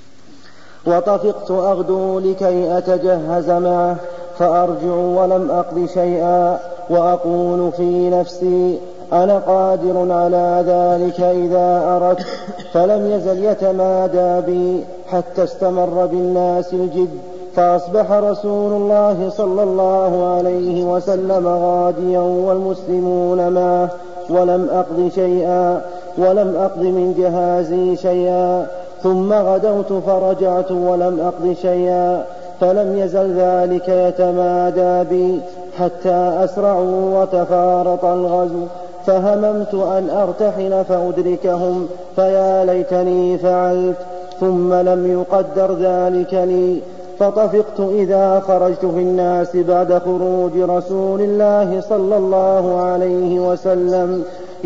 وطفقت أغدو لكي أتجهز معه، فأرجع ولم أقض شيئا، وأقول في نفسي أنا قادر على ذلك إذا أردت، فلم يزل يتمادى بي حتى استمر بالناس الجد، فأصبح رسول الله صلى الله عليه وسلم غاديا والمسلمون معه، ولم أقض شيئا ولم أقض من جهازي شيئا، ثم غدوت فرجعت ولم أقض شيئا، فلم يزل ذلك يتمادى بي حتى أسرعوا وتفارط الغزو، فهممت أن أرتحل فأدركهم، فيا ليتني فعلت، ثم لم يقدر ذلك لي، فطفقت إذا خرجت في الناس بعد خروج رسول الله صلى الله عليه وسلم،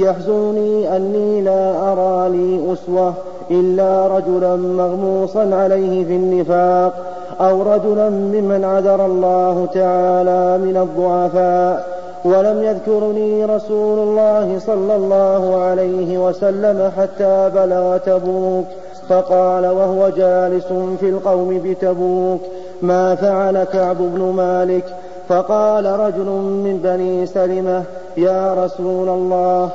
يحزنني أني لا أرى لي أسوة إلا رجلا مغموصا عليه في النفاق، أو رجلا ممن عذر الله تعالى من الضعفاء. ولم يذكرني رسول الله صلى الله عليه وسلم حتى بلغ تبوك، فقال وهو جالس في القوم بتبوك: ما فعل كعب بن مالك؟ فقال رجل من بني سلمة: يا رسول الله،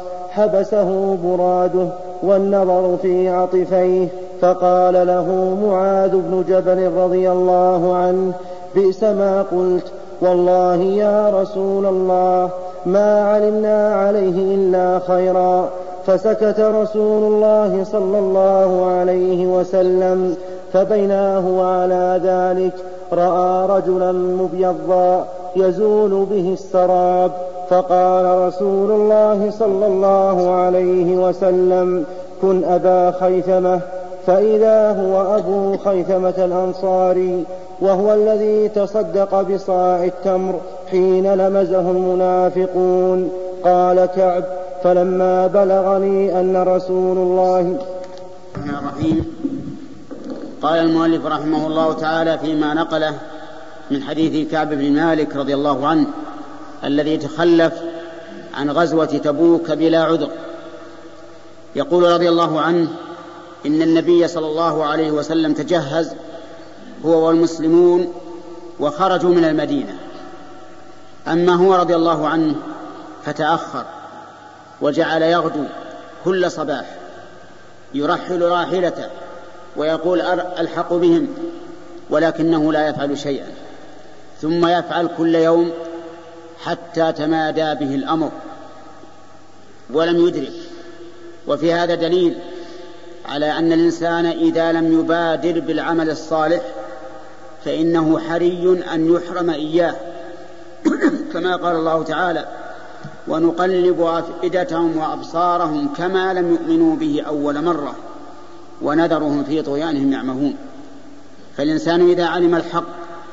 حبسه براده والنظر في عطفيه. فقال له معاذ بن جبل رضي الله عنه: بئس ما قلت، والله يا رسول الله ما علمنا عليه إلا خيرا. فسكت رسول الله صلى الله عليه وسلم، فبيناه وعلى ذلك رأى رجلا مبيضا يزول به السراب، فقال رسول الله صلى الله عليه وسلم: كن أبا خيثمة. فإذا هو أبو خيثمة الأنصاري، وهو الذي تصدق بصاع التمر حين لمزه المنافقون. قال كعب: فلما بلغني أن رسول الله الرحيم. قال المؤلف رحمه الله تعالى فيما نقله من حديث كعب بن مالك رضي الله عنه الذي تخلف عن غزوة تبوك بلا عذر، يقول رضي الله عنه: إن النبي صلى الله عليه وسلم تجهز هو والمسلمون وخرجوا من المدينة، أما هو رضي الله عنه فتأخر وجعل يغدو كل صباح، يرحل راحلته ويقول ألحق بهم، ولكنه لا يفعل شيئا، ثم يفعل كل يوم حتى تمادى به الأمر ولم يدرك. وفي هذا دليل على أن الإنسان إذا لم يبادر بالعمل الصالح فإنه حري أن يحرم إياه، كما قال الله تعالى: ونقلب أفئدتهم وأبصارهم كما لم يؤمنوا به أول مرة ونذرهم في طغيانهم يعمهون. فالإنسان إذا علم الحق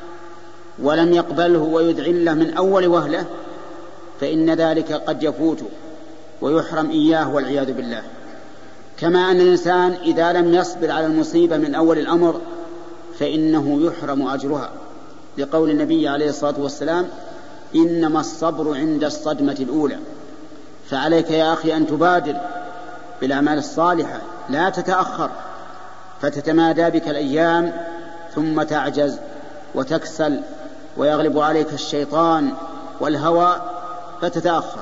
ولم يقبله ويذعله من أول وهلة فإن ذلك قد يفوته ويحرم إياه والعياذ بالله. كما أن الإنسان إذا لم يصبر على المصيبة من أول الأمر فإنه يحرم أجرها، لقول النبي عليه الصلاة والسلام: إنما الصبر عند الصدمة الأولى. فعليك يا أخي أن تبادر بالأعمال الصالحة، لا تتأخر فتتمادى بك الأيام ثم تعجز وتكسل ويغلب عليك الشيطان والهوى فتتأخر.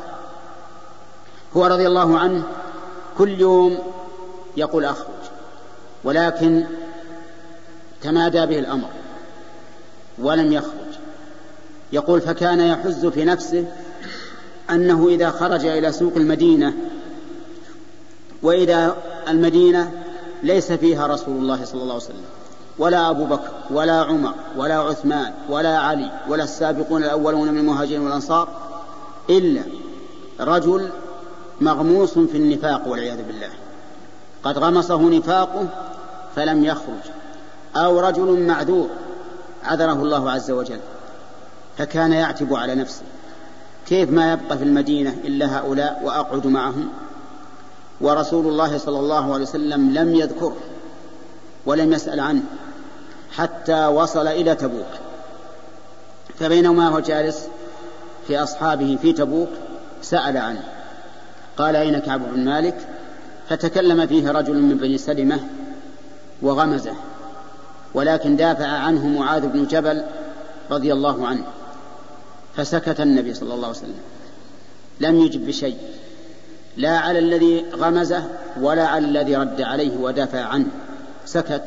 هو رضي الله عنه كل يوم يقول أخرج، ولكن تمادى به الأمر ولم يخرج. يقول: فكان يحز في نفسه أنه إذا خرج إلى سوق المدينة وإذا المدينة ليس فيها رسول الله صلى الله عليه وسلم ولا أبو بكر ولا عمر ولا عثمان ولا علي ولا السابقون الأولون من المهاجرين والأنصار، إلا رجل مغموس في النفاق والعياذ بالله، قد غمسه نفاقه فلم يخرج، أو رجل معذور عذره الله عز وجل، فكان يعتب على نفسه: كيف ما يبقى في المدينة إلا هؤلاء وأقعد معهم؟ ورسول الله صلى الله عليه وسلم لم يذكره ولم يسأل عنه حتى وصل إلى تبوك. فبينما هو جالس في أصحابه في تبوك سأل عنه، قال: أين كعب بن مالك؟ فتكلم فيه رجل من بني سلمة وغمزه، ولكن دافع عنه معاذ بن جبل رضي الله عنه، فسكت النبي صلى الله عليه وسلم لم يجب بشيء، لا على الذي غمزه ولا على الذي رد عليه ودافع عنه، سكت.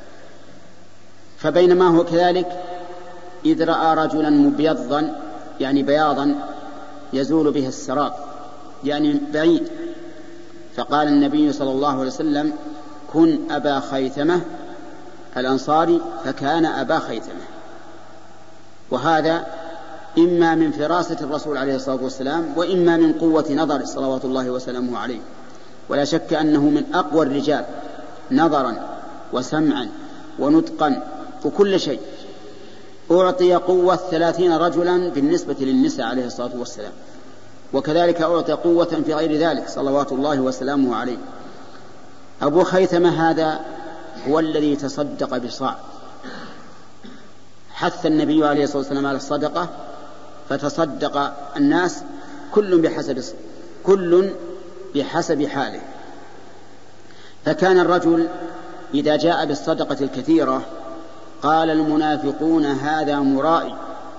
فبينما هو كذلك إذ رأى رجلا مبيضا يعني بياضا يزول به السراب يعني بعيد، فقال النبي صلى الله عليه وسلم كن أبا خيثمة الأنصاري، فكان أبا خيثمة. وهذا إما من فراسة الرسول عليه الصلاة والسلام وإما من قوة نظر صلوات الله وسلامه عليه، ولا شك أنه من أقوى الرجال نظرا وسمعا ونطقا وكل شيء. أعطي قوة ثلاثين رجلا بالنسبة للنساء عليه الصلاة والسلام، وكذلك أعطي قوة في غير ذلك صلوات الله وسلامه عليه. أبو خيثمة هذا هو الذي تصدق بصاع، حث النبي عليه الصلاة والسلام على الصدقة فتصدق الناس كل بحسب كل بحسب حاله. فكان الرجل إذا جاء بالصدقة الكثيرة قال المنافقون هذا مرائي،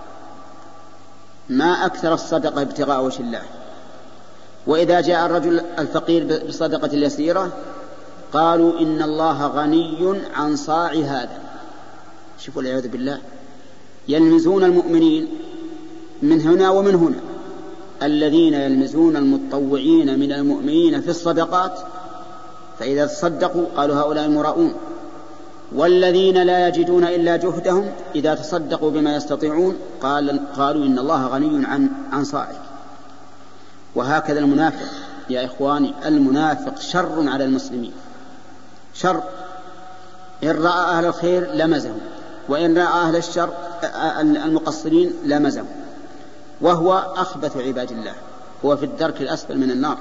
ما أكثر الصدقة ابتغاء وجه الله. وإذا جاء الرجل الفقير بالصدقة اليسيرة قالوا إن الله غني عن صاع هذا. شوفوا العياذ بالله، يلمزون المؤمنين من هنا ومن هنا. الذين يلمزون المتطوعين من المؤمنين في الصدقات فإذا تصدقوا قالوا هؤلاء مراؤون، والذين لا يجدون إلا جهدهم إذا تصدقوا بما يستطيعون قال قالوا إن الله غني عن عن صاعك. وهكذا المنافق يا إخواني، المنافق شر على المسلمين، شر. إن رأى أهل الخير لمزهم، وإن رأى أهل الشر المقصرين لمزهم، وهو أخبث عباد الله، هو في الدرك الأسفل من النار.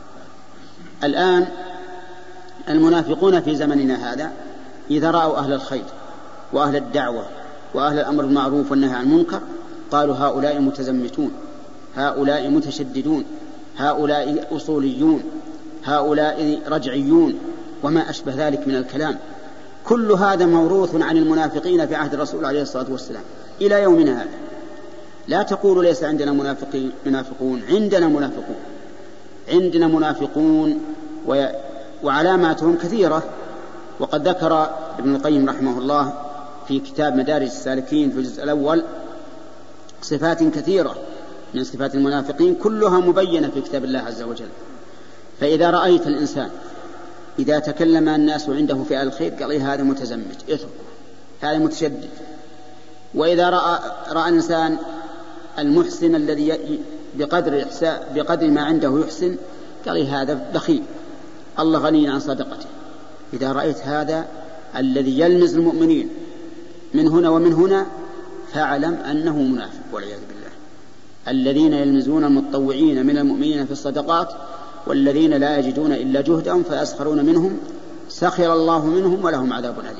الآن المنافقون في زمننا هذا إذا رأوا أهل الخير وأهل الدعوة وأهل الأمر بالمعروف والنهي عن المنكر قالوا هؤلاء متزمتون، هؤلاء متشددون، هؤلاء أصوليون، هؤلاء رجعيون، وما أشبه ذلك من الكلام. كل هذا موروث عن المنافقين في عهد الرسول عليه الصلاة والسلام إلى يومنا هذا. لا تقولوا ليس عندنا منافقين منافقون، عندنا منافقون، عندنا منافقون وعلاماتهم كثيرة. وقد ذكر ابن القيم رحمه الله في كتاب مدارج السالكين في الجزء الأول صفات كثيرة من صفات المنافقين كلها مبينة في كتاب الله عز وجل. فإذا رأيت الإنسان إذا تكلم الناس عنده في الخير قال إيه هذا متزمت اتركه، هذا متشدد. وإذا رأى, رأى الإنسان المحسن الذي بقدر, بقدر ما عنده يحسن قال إيه هذا بخيل، الله غني عن صدقته. إذا رأيت هذا الذي يلمز المؤمنين من هنا ومن هنا فاعلم أنه منافق والعياذ بالله. الذين يلمزون المتطوعين من المؤمنين في الصدقات والذين لا يجدون إلا جهدهم فيسخرون منهم سخر الله منهم ولهم عذاب أليم.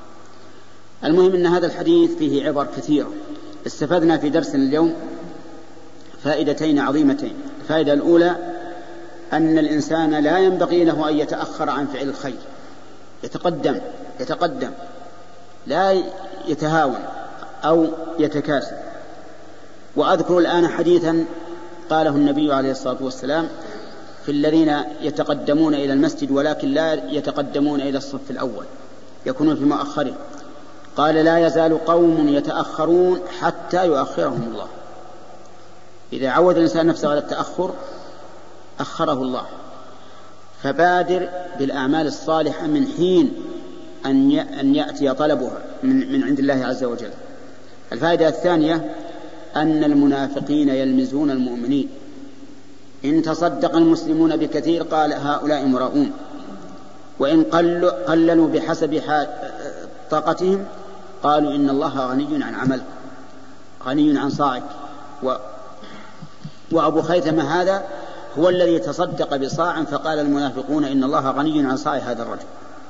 المهم أن هذا الحديث فيه عبر كثيرة. استفدنا في درسنا اليوم فائدتين عظيمتين. الفائدة الأولى أن الإنسان لا ينبغي له أن يتأخر عن فعل الخير، يتقدم يتقدم لا يتهاون أو يتكاسل. وأذكر الآن حديثا قاله النبي عليه الصلاة والسلام في الذين يتقدمون إلى المسجد ولكن لا يتقدمون إلى الصف الأول، يكونون في مؤخره. قال لا يزال قوم يتأخرون حتى يؤخرهم الله. إذا عود الإنسان نفسه على التأخر أخره الله. فبادر بالأعمال الصالحة من حين أن يأتي طلبها من عند الله عز وجل. الفائدة الثانية أن المنافقين يلمزون المؤمنين. إن تصدق المسلمون بكثير قال هؤلاء مراؤون، وإن قللوا بحسب طاقتهم قالوا إن الله غني عن عملك، غني عن صاعك. و... وأبو خيثمة هذا هو الذي تصدق بصاع فقال المنافقون إن الله غني عن صاع هذا الرجل،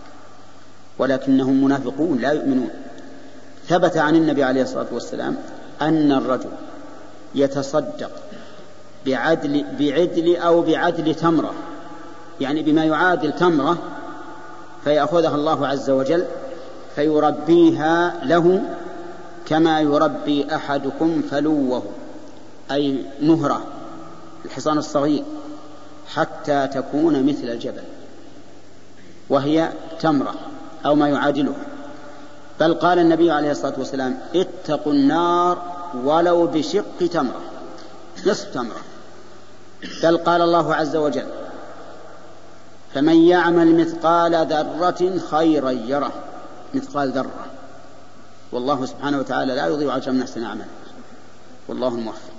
ولكنهم منافقون لا يؤمنون. ثبت عن النبي عليه الصلاة والسلام أن الرجل يتصدق بعدل, بعدل أو بعدل تمرة، يعني بما يعادل تمرة، فيأخذها الله عز وجل فيربيها له كما يربي أحدكم فلوه، أي مهرة الحصان الصغير حتى تكون مثل الجبل، وهي تمرة أو ما يعادله. بل قال النبي عليه الصلاة والسلام اتقوا النار ولو بشق تمرة، نصف تمرة. بل قال الله عز وجل فمن يعمل مثقال ذرة خيرا يره، مثقال ذرة. والله سبحانه وتعالى لا يضيع أجر من أحسن عمل، والله الموفق.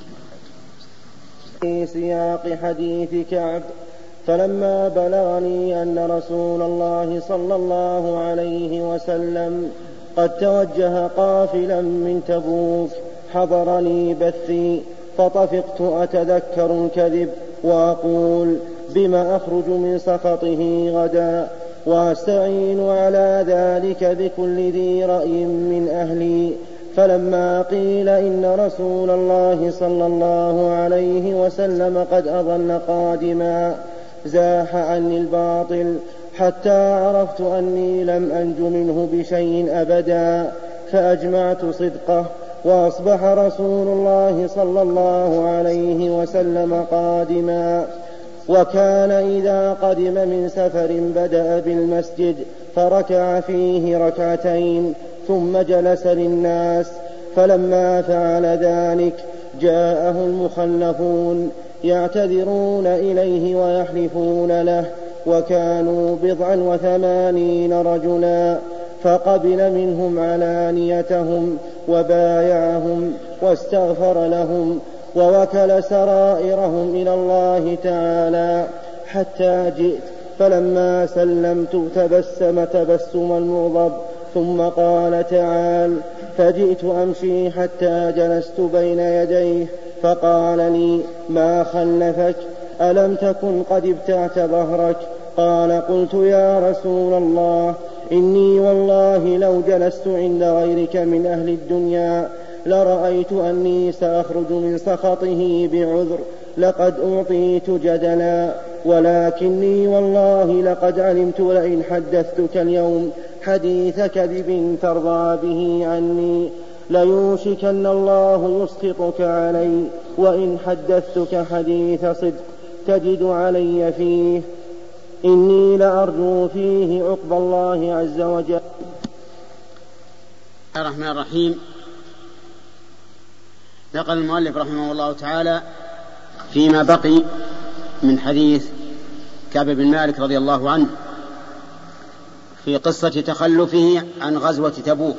في سياق حديث كعب: فلما بلغني أن رسول الله صلى الله عليه وسلم قد توجه قافلا من تبوك حضرني بثي، فطفقت أتذكر الكذب وأقول بما أخرج من سخطه غدا، وأستعين على ذلك بكل ذي رأي من أهلي. فلما قيل إن رسول الله صلى الله عليه وسلم قد أظل قادما زاح عني الباطل حتى عرفت أني لم أنج منه بشيء أبدا، فأجمعت صدقه. وأصبح رسول الله صلى الله عليه وسلم قادما، وكان إذا قدم من سفر بدأ بالمسجد فركع فيه ركعتين ثم جلس للناس. فلما فعل ذلك جاءه المخلفون يعتذرون إليه ويحلفون له، وكانوا بضعا وثمانين رجلا، فقبل منهم علانيتهم وبايعهم واستغفر لهم ووكل سرائرهم إلى الله تعالى حتى جئت. فلما سلمت تبسم تبسم المغضب ثم قال تعال، فجئت أمشي حتى جلست بين يديه فقال لي ما خلفك؟ ألم تكن قد ابتعت ظهرك؟ قال قلت يا رسول الله إني والله لو جلست عند غيرك من أهل الدنيا لرأيت أني سأخرج من سخطه بعذر، لقد أعطيت جدلا، ولكني والله لقد علمت لئن حدثتك اليوم حديث كذب ترضى به عني ليوشكن الله يسخطك علي، وإن حدثتك حديث صدق تجد علي فيه، إني لأرجو فيه عقب الله عز وجل. الرحمن الرحيم. نقل المؤلف رحمه الله تعالى فيما بقي من حديث كعب بن مالك رضي الله عنه في قصة تخلفه عن غزوة تبوك.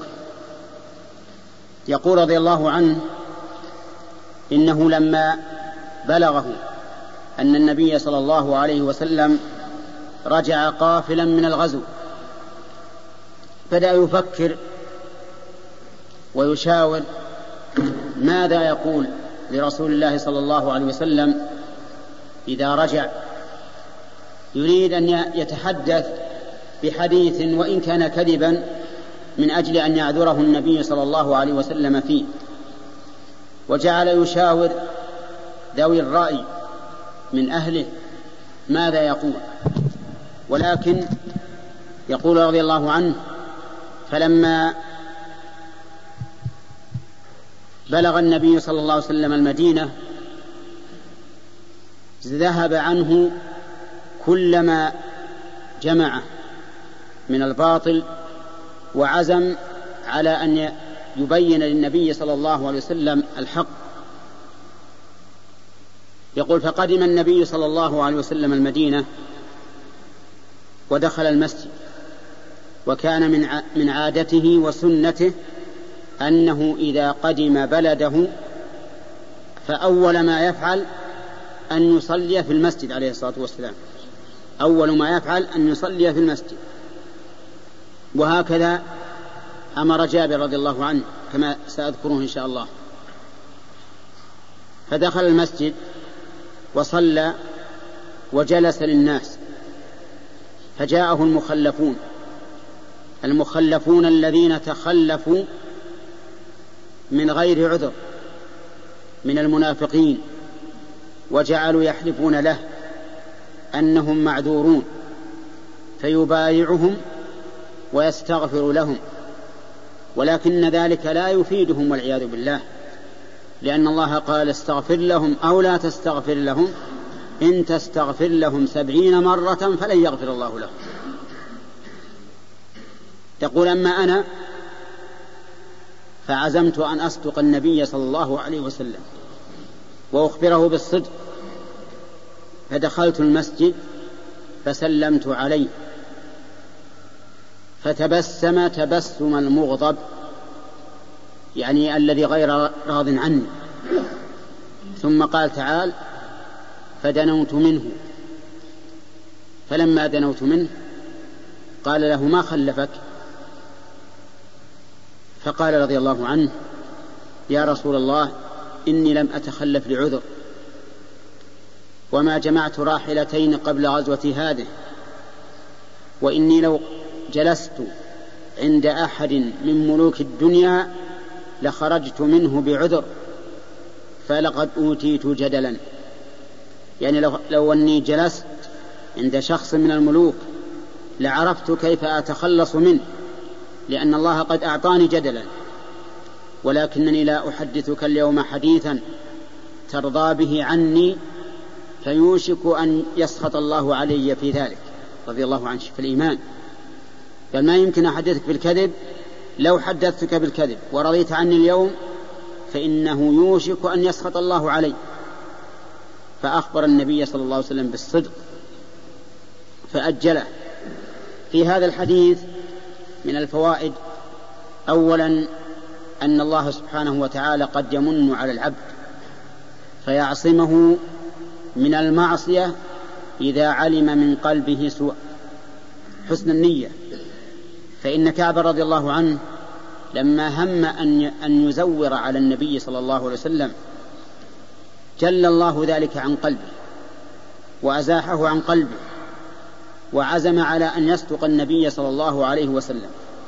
يقول رضي الله عنه إنه لما بلغه أن النبي صلى الله عليه وسلم رجع قافلا من الغزو بدأ يفكر ويشاور ماذا يقول لرسول الله صلى الله عليه وسلم إذا رجع، يريد أن يتحدث بحديث وإن كان كذبا من أجل أن يعذره النبي صلى الله عليه وسلم فيه، وجعل يشاور ذوي الرأي من أهله ماذا يقول. ولكن يقول رضي الله عنه فلما بلغ النبي صلى الله عليه وسلم المدينة ذهب عنه كل ما جمع من الباطل، وعزم على أن يبين للنبي صلى الله عليه وسلم الحق. يقول فقدم النبي صلى الله عليه وسلم المدينة ودخل المسجد، وكان من من عادته وسنته أنه إذا قدم بلده فأول ما يفعل أن يصلي في المسجد عليه الصلاة والسلام، أول ما يفعل أن يصلي في المسجد. وهكذا أمر جابر رضي الله عنه كما سأذكره إن شاء الله. فدخل المسجد وصلى وجلس للناس، فجاءه المخلفون المخلفون الذين تخلفوا من غير عذر من المنافقين، وجعلوا يحلفون له أنهم معذورون، فيبايعهم ويستغفر لهم، ولكن ذلك لا يفيدهم والعياذ بالله، لأن الله قال استغفر لهم أو لا تستغفر لهم إن تستغفر لهم سبعين مرة فلن يغفر الله لهم. تقول أما أنا فعزمت أن أصدق النبي صلى الله عليه وسلم وأخبره بالصدق، فدخلت المسجد فسلمت عليه فتبسم تبسم المغضب، يعني الذي غير راض عني، ثم قال تعال فدنوت منه، فلما دنوت منه قال له ما خلفك؟ فقال رضي الله عنه يا رسول الله إني لم أتخلف لعذر، وما جمعت راحلتين قبل غزوة هذه، وإني لو جلست عند أحد من ملوك الدنيا لخرجت منه بعذر، فلقد أوتيت جدلا. يعني لو, لو أني جلست عند شخص من الملوك لعرفت كيف أتخلص منه، لأن الله قد أعطاني جدلا، ولكنني لا أحدثك اليوم حديثا ترضى به عني فيوشك أن يسخط الله علي في ذلك. رضي الله عنه في الإيمان قال ما يمكن أحدثك بالكذب، لو حدثتك بالكذب ورضيت عني اليوم فإنه يوشك أن يسخط الله علي. فأخبر النبي صلى الله عليه وسلم بالصدق فأجله. في هذا الحديث من الفوائد أولا أن الله سبحانه وتعالى قد يمن على العبد فيعصمه من المعصية إذا علم من قلبه سوء حسن النية. فإن كعب رضي الله عنه لما هم أن يزور على النبي صلى الله عليه وسلم جل الله ذلك عن قلبه وأزاحه عن قلبه، وعزم على أن يصدق النبي صلى الله عليه وسلم.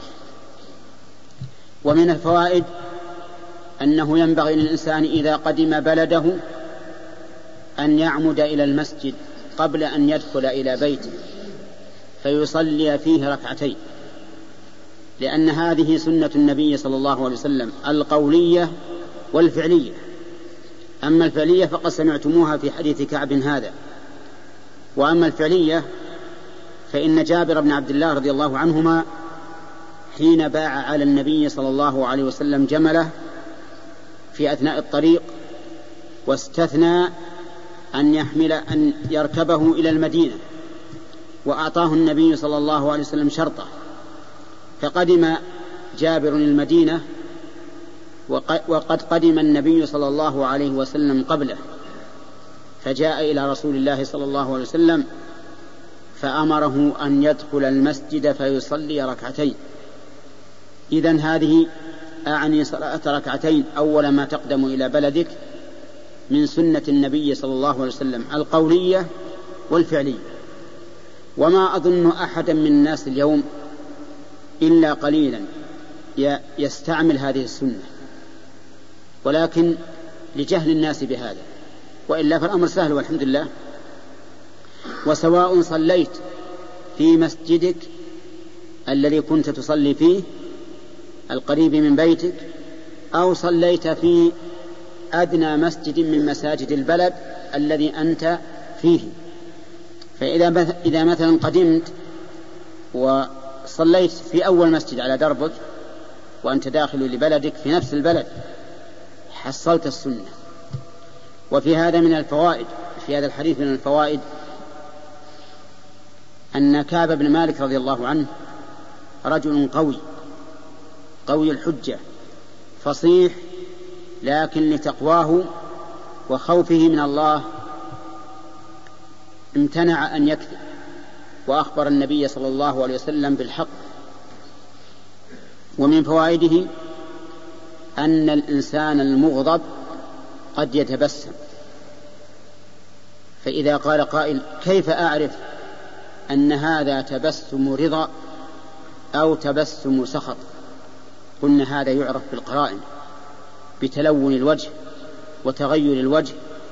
ومن الفوائد أنه ينبغي للإنسان إذا قدم بلده أن يعمد إلى المسجد قبل أن يدخل إلى بيته فيصلي فيه ركعتين، لأن هذه سنة النبي صلى الله عليه وسلم القولية والفعلية. أما الفعلية فقد سمعتموها في حديث كعب هذا، وأما الفعلية فإن جابر بن عبد الله رضي الله عنهما حين باع على النبي صلى الله عليه وسلم جمله في أثناء الطريق واستثنى أن يحمل أن يركبه إلى المدينة، وأعطاه النبي صلى الله عليه وسلم شرطه، فقدم جابر المدينة وقد قدم النبي صلى الله عليه وسلم قبله، فجاء إلى رسول الله صلى الله عليه وسلم فأمره أن يدخل المسجد فيصلي ركعتين. إذن هذه أعني صلاة ركعتين أول ما تقدم إلى بلدك من سنة النبي صلى الله عليه وسلم القولية والفعلية. وما أظن أحدا من الناس اليوم إلا قليلا يستعمل هذه السنة، ولكن لجهل الناس بهذا، وإلا فالأمر سهل والحمد لله. وسواء صليت في مسجدك الذي كنت تصلي فيه القريب من بيتك أو صليت في أدنى مسجد من مساجد البلد الذي أنت فيه، فإذا إذا مثلا قدمت وصليت في أول مسجد على دربك وأنت داخل لبلدك في نفس البلد حصلت السنة. وفي هذا من الفوائد، في هذا الحديث من الفوائد أن كعب بن مالك رضي الله عنه رجل قوي قوي الحجة فصيح، لكن لتقواه وخوفه من الله امتنع أن يكذب، وأخبر النبي صلى الله عليه وسلم بالحق. ومن فوائده أن الإنسان المغضب قد يتبسم، فإذا قال قائل كيف أعرف أن هذا تبسم رضا أو تبسم سخط؟ قلنا هذا يعرف بالقرائن، بتلون الوجه وتغير الوجه،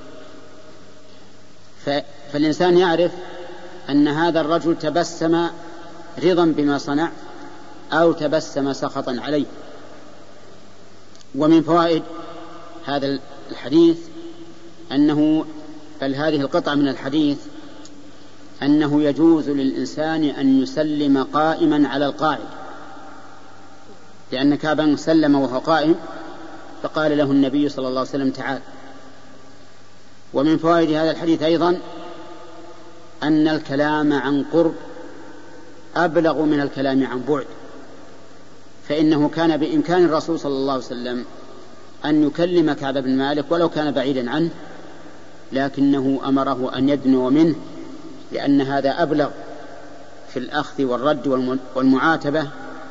فالإنسان يعرف أن هذا الرجل تبسم رضا بما صنع أو تبسم سخطا عليه. ومن فوائد هذا الحديث أنه بل هذه القطعة من الحديث أنه يجوز للإنسان أن يسلم قائما على القاعد، لأن كعبا سلم وهو قائم فقال له النبي صلى الله عليه وسلم تعال. ومن فوائد هذا الحديث أيضا أن الكلام عن قرب أبلغ من الكلام عن بعد، فإنه كان بإمكان الرسول صلى الله عليه وسلم أن يكلم كعب بن مالك ولو كان بعيدا عنه، لكنه أمره أن يدنو منه لأن هذا أبلغ في الأخذ والرد والمعاتبة،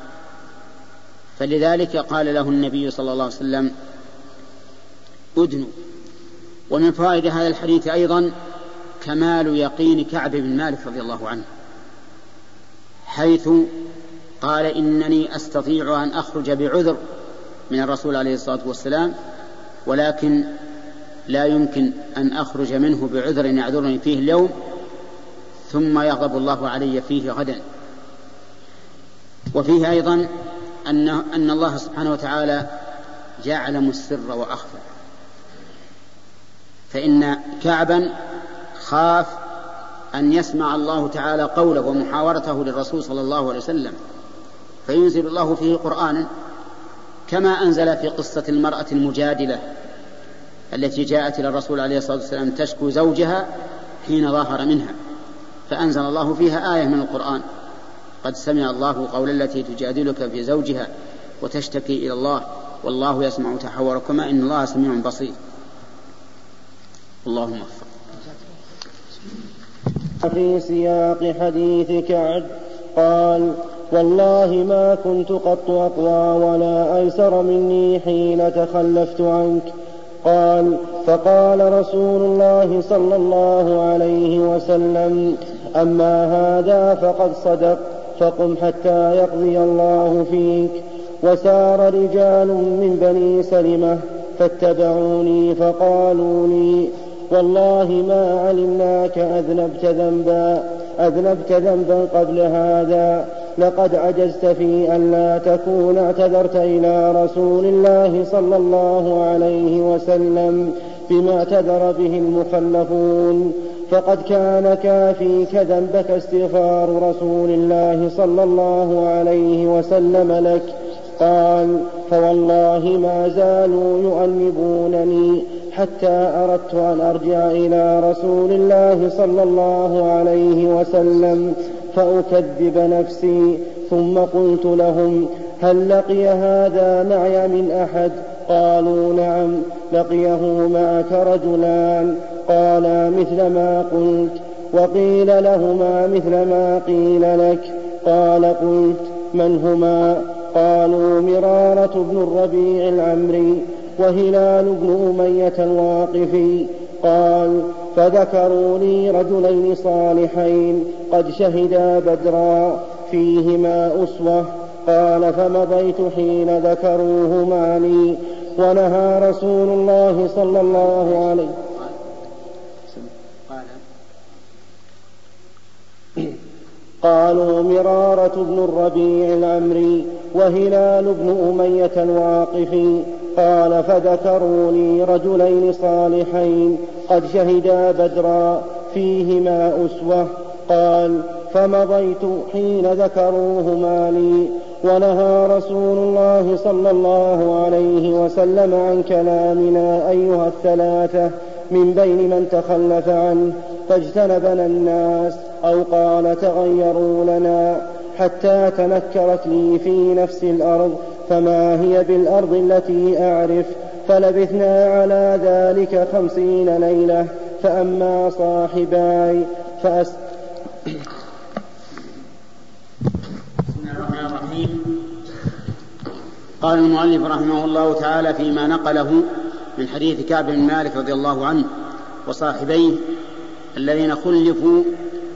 فلذلك قال له النبي صلى الله عليه وسلم أدنو. ومن فوائد هذا الحديث أيضا كمال يقين كعب بن مالك رضي الله عنه، حيث قال إنني أستطيع أن أخرج بعذر من الرسول عليه الصلاة والسلام، ولكن لا يمكن أن أخرج منه بعذر يعذرني فيه اليوم ثم يغضب الله علي فيه غدا. وفيه أيضا أن, أن الله سبحانه وتعالى يعلم السر وأخفى، فإن كعبا خاف أن يسمع الله تعالى قوله ومحاورته للرسول صلى الله عليه وسلم فينزل الله فيه قرآنا، كما أنزل في قصة المرأة المجادلة التي جاءت إلى الرسول عليه الصلاة والسلام تشكو زوجها حين ظاهر منها، فأنزل الله فيها آية من القرآن قد سمع الله قول التي تجادلك في زوجها وتشتكي إلى الله والله يسمع تحاوركما إن الله سميع بصير. اللهم وفق. في سياق حديث كعب قال والله ما كنت قط أقوى ولا أيسر مني حين تخلفت عنك. قال فقال رسول الله صلى الله عليه وسلم أما هذا فقد صدق فقم حتى يقضي الله فيك. وسار رجال من بني سلمة فاتبعوني فقالوا لي والله ما علمناك أذنبت ذنبا أذنبت ذنبا قبل هذا، لقد عجزت في أن لا تكون اعتذرت إلى رسول الله صلى الله عليه وسلم بما اعتذر به المخلفون، فقد كان كافيك ذنبك استغفار رسول الله صلى الله عليه وسلم لك. قال فوالله ما زالوا يؤنبونني حتى أردت أن أرجع إلى رسول الله صلى الله عليه وسلم فأكذب نفسي، ثم قلت لهم هل لقي هذا معي من أحد؟ قالوا نعم لقيه معك رجلان قالا مثل ما قلت، وقيل لهما مثل ما قيل لك. قال قلت من هما؟ قالوا مرارة بن الربيع العمري وهلال بن أمية الواقفي. قال فذكروا لي رجلين صالحين قد شهدا بدرا فيهما أسوة. قال فمضيت حين ذكروهما لي، ونهى رسول الله صلى الله عليه قالوا مرارة بن الربيع العمري وهلال بن أمية الواقفي. قال فذكروا لي رجلين صالحين قد شهدا بدرا فيهما أسوة. قال فمضيت حين ذكروهما لي، ونهى رسول الله صلى الله عليه وسلم عن كلامنا أيها الثلاثة من بين من تخلف عنه، فاجتنبنا الناس أو قال تغيروا لنا حتى تنكرت لي في نفس الأرض فما هي بالأرض التي أعرف، فلبثنا على ذلك خمسين ليلة. فأما صاحباي فأس قال المؤلف رحمه الله تعالى فيما نقله من حديث كعب بن مالك رضي الله عنه وصاحبيه الذين خلفوا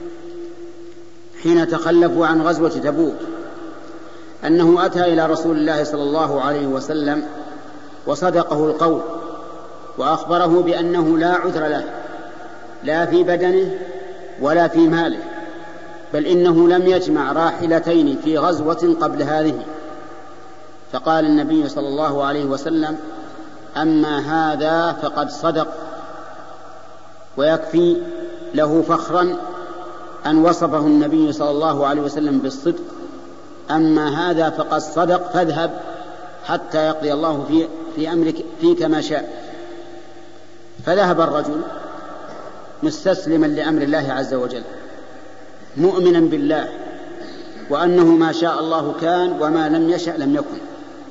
حين تخلفوا عن غزوة تبوك، أنه أتى إلى رسول الله صلى الله عليه وسلم وصدقه القول وأخبره بأنه لا عذر له لا في بدنه ولا في ماله، بل إنه لم يجمع راحلتين في غزوة قبل هذه. فقال النبي صلى الله عليه وسلم أما هذا فقد صدق، ويكفي له فخرا أن وصفه النبي صلى الله عليه وسلم بالصدق. أما هذا فقد صدق فاذهب حتى يقضي الله في, في أمرك فيك ما شاء. فذهب الرجل مستسلما لأمر الله عز وجل، مؤمنا بالله وأنه ما شاء الله كان وما لم يشأ لم يكن.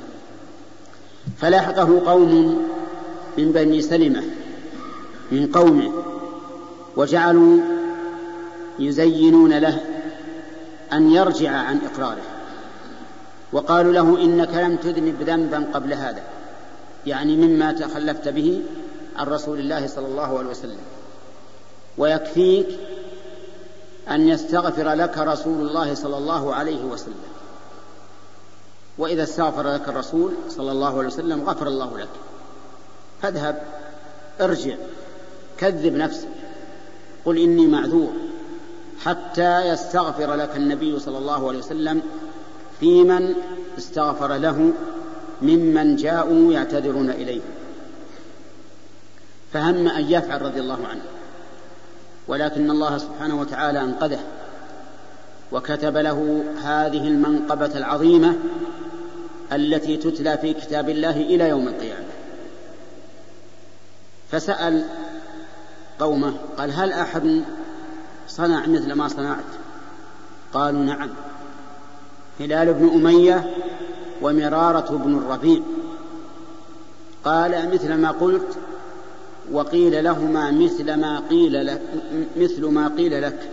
فلاحقه قوم من بني سلمة من قومه وجعلوا يزينون له أن يرجع عن إقراره، وقالوا له إنك لم تذنب ذنبا قبل هذا، يعني مما تخلفت به عن رسول الله صلى الله عليه وسلم، ويكفيك أن يستغفر لك رسول الله صلى الله عليه وسلم، وإذا استغفر لك الرسول صلى الله عليه وسلم غفر الله لك. فاذهب ارجع كذب نفسك، قل إني معذور، حتى يستغفر لك النبي صلى الله عليه وسلم في من استغفر له ممن جاءوا يعتذرون إليه. فهم أن يفعل رضي الله عنه، ولكن الله سبحانه وتعالى أنقذه وكتب له هذه المنقبة العظيمة التي تتلى في كتاب الله إلى يوم القيامة. فسأل قومه قال: هل أحد صنع مثل ما صنعت؟ قالوا: نعم، هلال بن أمية ومرارة بن الربيع. قال: مثل ما قلت، وقيل لهما مثل ما قيل لك مثل ما قيل لك.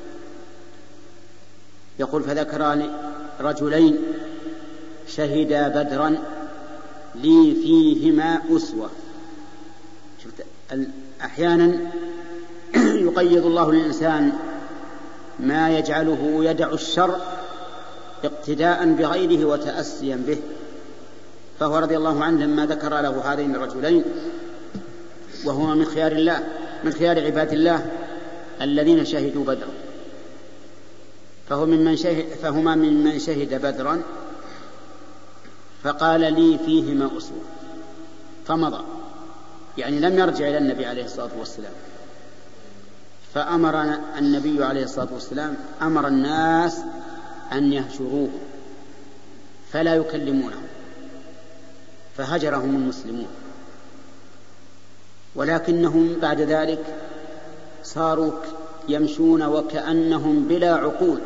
يقول: فذكران رجلين شهدا بدرا لي فيهما أسوة. شفت أحيانا يقيض الله للإنسان ما يجعله يدع الشر اقتداء بغيره وتأسيا به. فهو رضي الله عنه لما ذكر له هذين الرجلين وهو من خيار الله من خيار عباد الله الذين شهدوا بدرا، فهو ممن شهد فهما ممن شهد بدرا، فقال: لي فيهما أسوة. فمضى، يعني لم يرجع إلى النبي عليه الصلاة والسلام. فأمر النبي عليه الصلاة والسلام أمر الناس أن يهجروه فلا يكلمونه، فهجرهم المسلمون. ولكنهم بعد ذلك صاروا يمشون وكأنهم بلا عقول،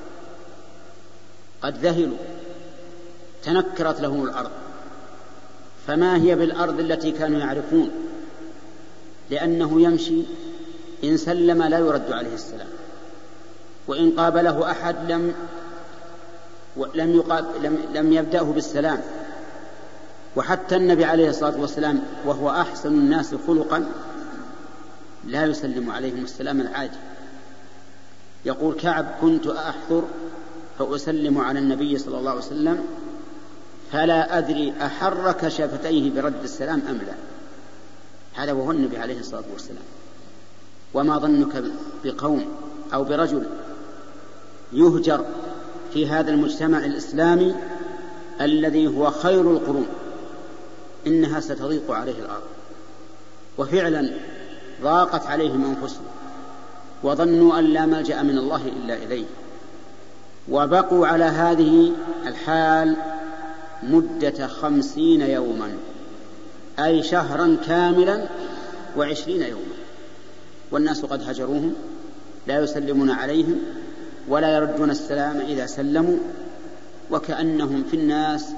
قد ذهلوا، تنكرت لهم الأرض، فما هي بالأرض التي كانوا يعرفون، لأنه يمشي إن سلم لا يرد عليه السلام، وإن قابله أحد لم لم, يقاب لم, لم يبدأه بالسلام. وحتى النبي عليه الصلاة والسلام وهو أحسن الناس خلقا لا يسلم عليهم السلام العادي. يقول كعب: كنت أحضر فأسلم على النبي صلى الله عليه وسلم فلا أدري أحرك شفتيه برد السلام أم لا. هذا وهو النبي عليه الصلاة والسلام. وما ظنك بقوم أو برجل يهجر في هذا المجتمع الإسلامي الذي هو خير القرون؟ إنها ستضيق عليه الأرض. وفعلا ضاقت عليهم أنفسهم وظنوا أن لا ملجأ من الله إلا إليه، وبقوا على هذه الحال مدة خمسين يوما، أي شهرا كاملا وعشرين يوما، والناس قد هجروهم، لا يسلمون عليهم ولا يردون السلام إذا سلموا، وكأنهم في الناس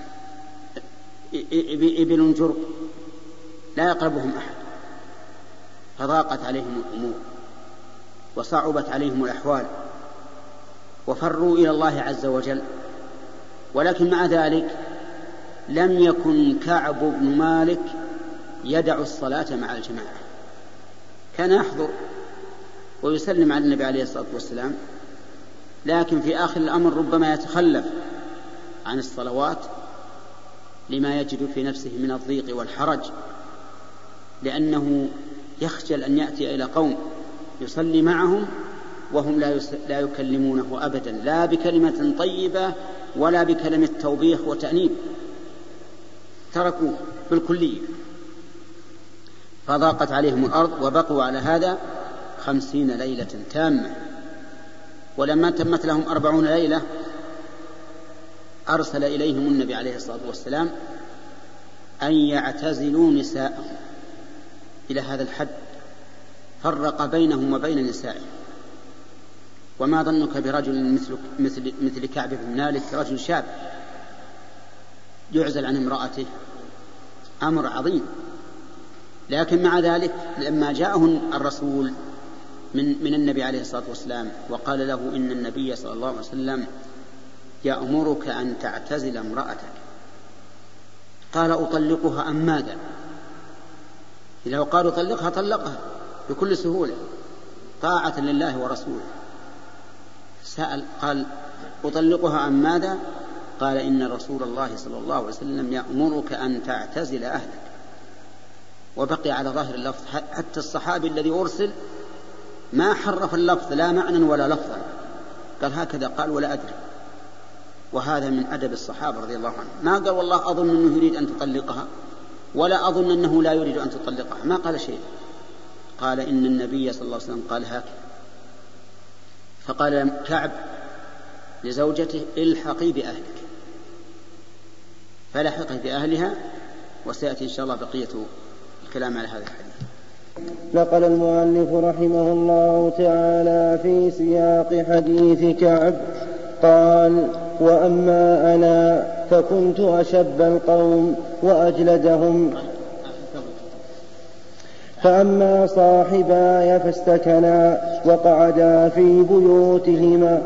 إبل جرب لا يقربهم أحد. فضاقت عليهم الأمور وصعبت عليهم الأحوال وفروا إلى الله عز وجل. ولكن مع ذلك لم يكن كعب بن مالك يدع الصلاة مع الجماعة، كان يحضر ويسلم على النبي عليه الصلاة والسلام، لكن في آخر الأمر ربما يتخلف عن الصلوات لما يجد في نفسه من الضيق والحرج، لأنه يخجل أن يأتي إلى قوم يصلي معهم وهم لا يكلمونه أبدا، لا بكلمة طيبة ولا بكلمة توبيخ وتأنيب. تركوه بالكلية، فضاقت عليهم الأرض وبقوا على هذا خمسين ليلة تامة. ولما تمت لهم أربعون ليلة أرسل إليهم النبي عليه الصلاة والسلام أن يعتزلوا نساءهم إلى هذا الحد، فرق بينهم وبين نسائهم. وما ظنك برجل مثل, مثل, مثل كعب بن مالك، رجل شاب يعزل عن امرأته، أمر عظيم. لكن مع ذلك لما جاءه الرسول من, من النبي عليه الصلاة والسلام وقال له إن النبي صلى الله عليه وسلم يأمرك أن تعتزل امرأتك، قال أطلقها أم ماذا؟ لو قال أطلقها طلقها بكل سهولة طاعة لله ورسوله. سأل قال أطلقها أم ماذا؟ قال إن رسول الله صلى الله عليه وسلم يأمرك أن تعتزل أهلك. وبقي على ظاهر اللفظ، حتى الصحابي الذي أرسل ما حرف اللفظ لا معنى ولا لفظا، قال هكذا قال ولا أدري. وهذا من أدب الصحابة رضي الله عنهم، ما قال والله أظن أنه يريد أن تطلقها ولا أظن أنه لا يريد أن تطلقها، ما قال شيء، قال إن النبي صلى الله عليه وسلم قال هكذا. فقال كعب لزوجته الحقي بأهلك، فلحقه بأهلها. وسيأتي إن شاء الله بقية الكلام على هذا الحديث. نقل المؤلف رحمه الله تعالى في سياق حديث كعب قال: وأما أنا فكنت أشب القوم وأجلدهم، فأما صاحباي فاستكنا وقعدا في بيوتهما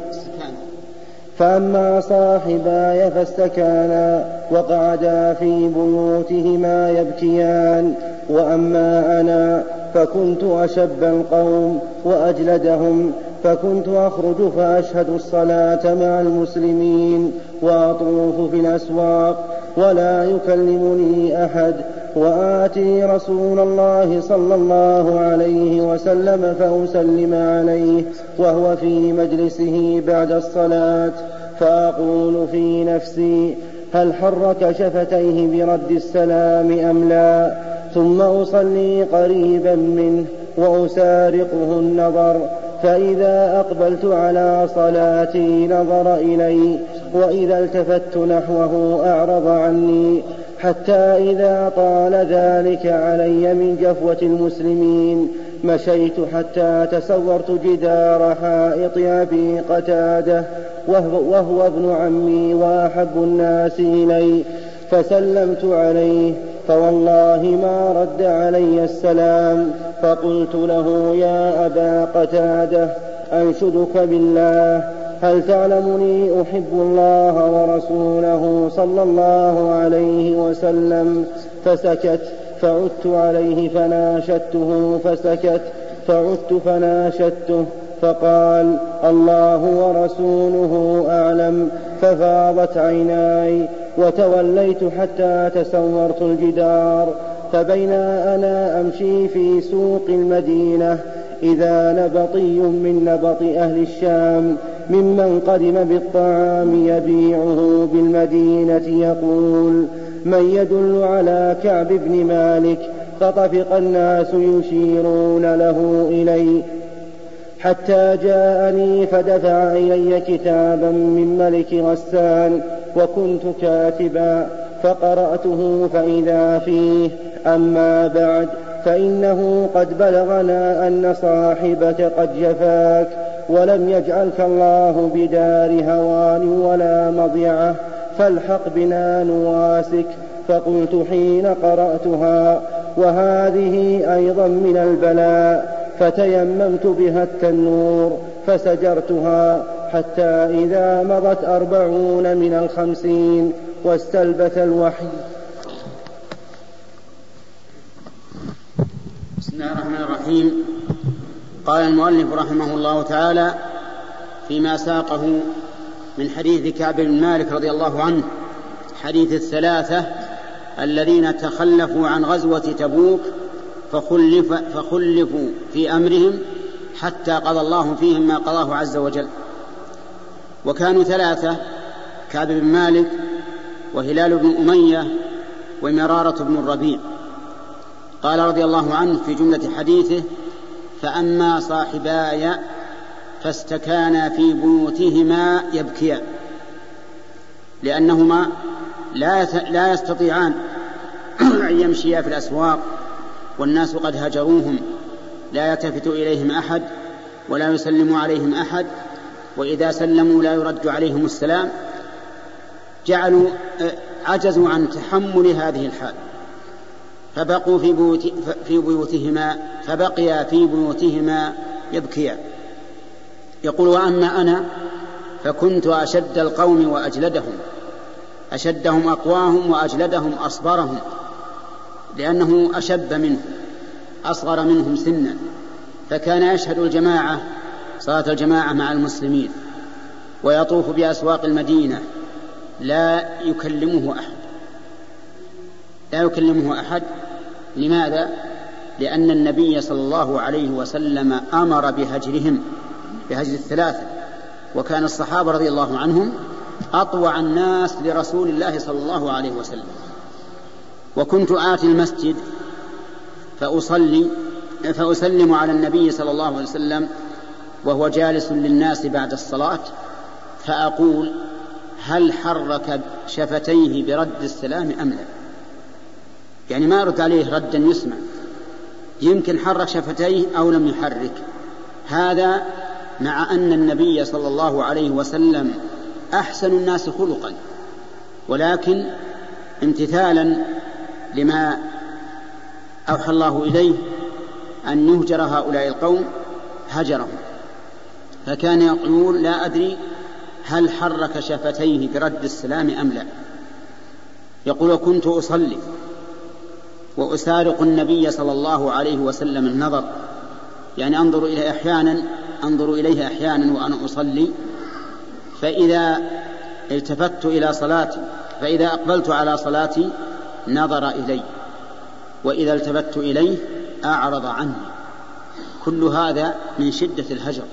فأما صاحباي فاستكانا وقعدا في بيوتهما يبكيان، وأما أنا فكنت أشب القوم وأجلدهم، فكنت أخرج فأشهد الصلاة مع المسلمين وأطوف في الأسواق ولا يكلمني أحد، وآتي رسول الله صلى الله عليه وسلم فأسلم عليه وهو في مجلسه بعد الصلاة، فأقول في نفسي هل حرك شفتيه برد السلام أم لا، ثم أصلي قريبا منه وأسارقه النظر، فإذا أقبلت على صلاتي نظر إلي، وإذا التفت نحوه أعرض عني، حتى إذا طال ذلك علي من جفوة المسلمين مشيت حتى تصورت جدار حائط أبي قتادة وهو, وهو ابن عمي وأحب الناس إلي، فسلمت عليه فوالله ما رد علي السلام، فقلت له يا أبا قتادة أنشدك بالله هل تعلمني أحب الله ورسوله صلى الله عليه وسلم؟ فسكت، فعدت عليه فناشدته فسكت، فعدت فناشدته فقال الله ورسوله أعلم، ففاضت عيناي وتوليت حتى تسورت الجدار، فبينا أنا أمشي في سوق المدينة إذا نبطي من نبط أهل الشام ممن قدم بالطعام يبيعه بالمدينة يقول من يدل على كعب بن مالك، فطفق الناس يشيرون له إلي حتى جاءني فدفع إلي كتابا من ملك غسان وكنت كاتبا، فقرأته فإذا فيه أما بعد فإنه قد بلغنا أن صاحبك قد جفاك ولم يجعلك الله بدار هوان ولا مضيعة، فالحق بنا نواسك. فقلت حين قرأتها وهذه أيضا من البلاء، فتيممت بها التنور فسجرتها حتى إذا مضت أربعون من الخمسين واستلبث الوحي. بسم الله الرحمن الرحيم. قال المؤلف رحمه الله تعالى فيما ساقه من حديث كعب بن مالك رضي الله عنه، حديث الثلاثة الذين تخلفوا عن غزوة تبوك فخلف فخلفوا في أمرهم حتى قضى الله فيهم ما قضاه عز وجل. وكانوا ثلاثة: كعب بن مالك وهلال بن أمية ومرارة بن الربيع. قال رضي الله عنه في جملة حديثه: فأما صاحباي فاستكانا في بيوتهما يبكيان، لأنهما لا يستطيعان أن يمشيا في الأسواق والناس قد هجروهم، لا يلتفت إليهم أحد ولا يسلم عليهم أحد، وإذا سلموا لا يرد عليهم السلام، جعلوا عجزوا عن تحمل هذه الحال، فبقوا في, بيوت في بيوتهما فبقيا في بيوتهما يبكيا. يقول: وأما أنا فكنت أشد القوم وأجلدهم، أشدهم أقواهم وأجلدهم أصبرهم، لأنه أشب منهم أصغر منهم سنا، فكان يشهد الجماعة صلاة الجماعة مع المسلمين ويطوف بأسواق المدينة لا يكلمه أحد لا يكلمه أحد لماذا؟ لأن النبي صلى الله عليه وسلم أمر بهجرهم، بهجر الثلاثة، وكان الصحابة رضي الله عنهم أطوع الناس لرسول الله صلى الله عليه وسلم. وكنت آتي المسجد فأصلي فأسلم على النبي صلى الله عليه وسلم وهو جالس للناس بعد الصلاة، فأقول: هل حرك شفتيه برد السلام أم لا؟ يعني ما أرد عليه ردا يسمع، يمكن حرك شفتيه أو لم يحرك. هذا مع أن النبي صلى الله عليه وسلم أحسن الناس خلقا، ولكن امتثالا لما أوحى الله إليه أن يهجر هؤلاء القوم هجرهم، فكان يقول: لا أدري هل حرك شفتيه برد السلام أم لا. يقول: وكنت أصلي وأسارق النبي صلى الله عليه وسلم النظر، يعني أنظر إليه أحيانا أنظر إليه أحيانا وأنا أصلي، فإذا التفت إلى صلاتي فإذا أقبلت على صلاتي نظر إلي، وإذا التفت إليه أعرض عني. كل هذا من شدة الهجر.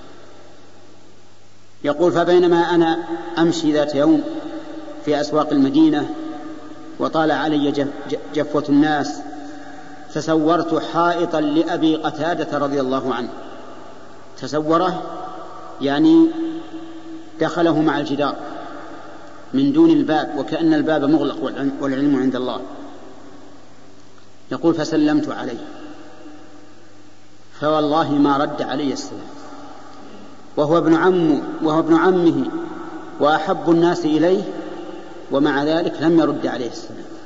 يقول: فبينما أنا أمشي ذات يوم في أسواق المدينة وطال علي جفوة الناس، تصورت حائطا لأبي قتادة رضي الله عنه. تصوره يعني دخله مع الجدار من دون الباب، وكأن الباب مغلق والعلم عند الله. يقول: فسلمت عليه فوالله ما رد علي السلام، وهو ابن عمه وهو ابن عمه وأحب الناس إليه، ومع ذلك لم يرد عليه السلام.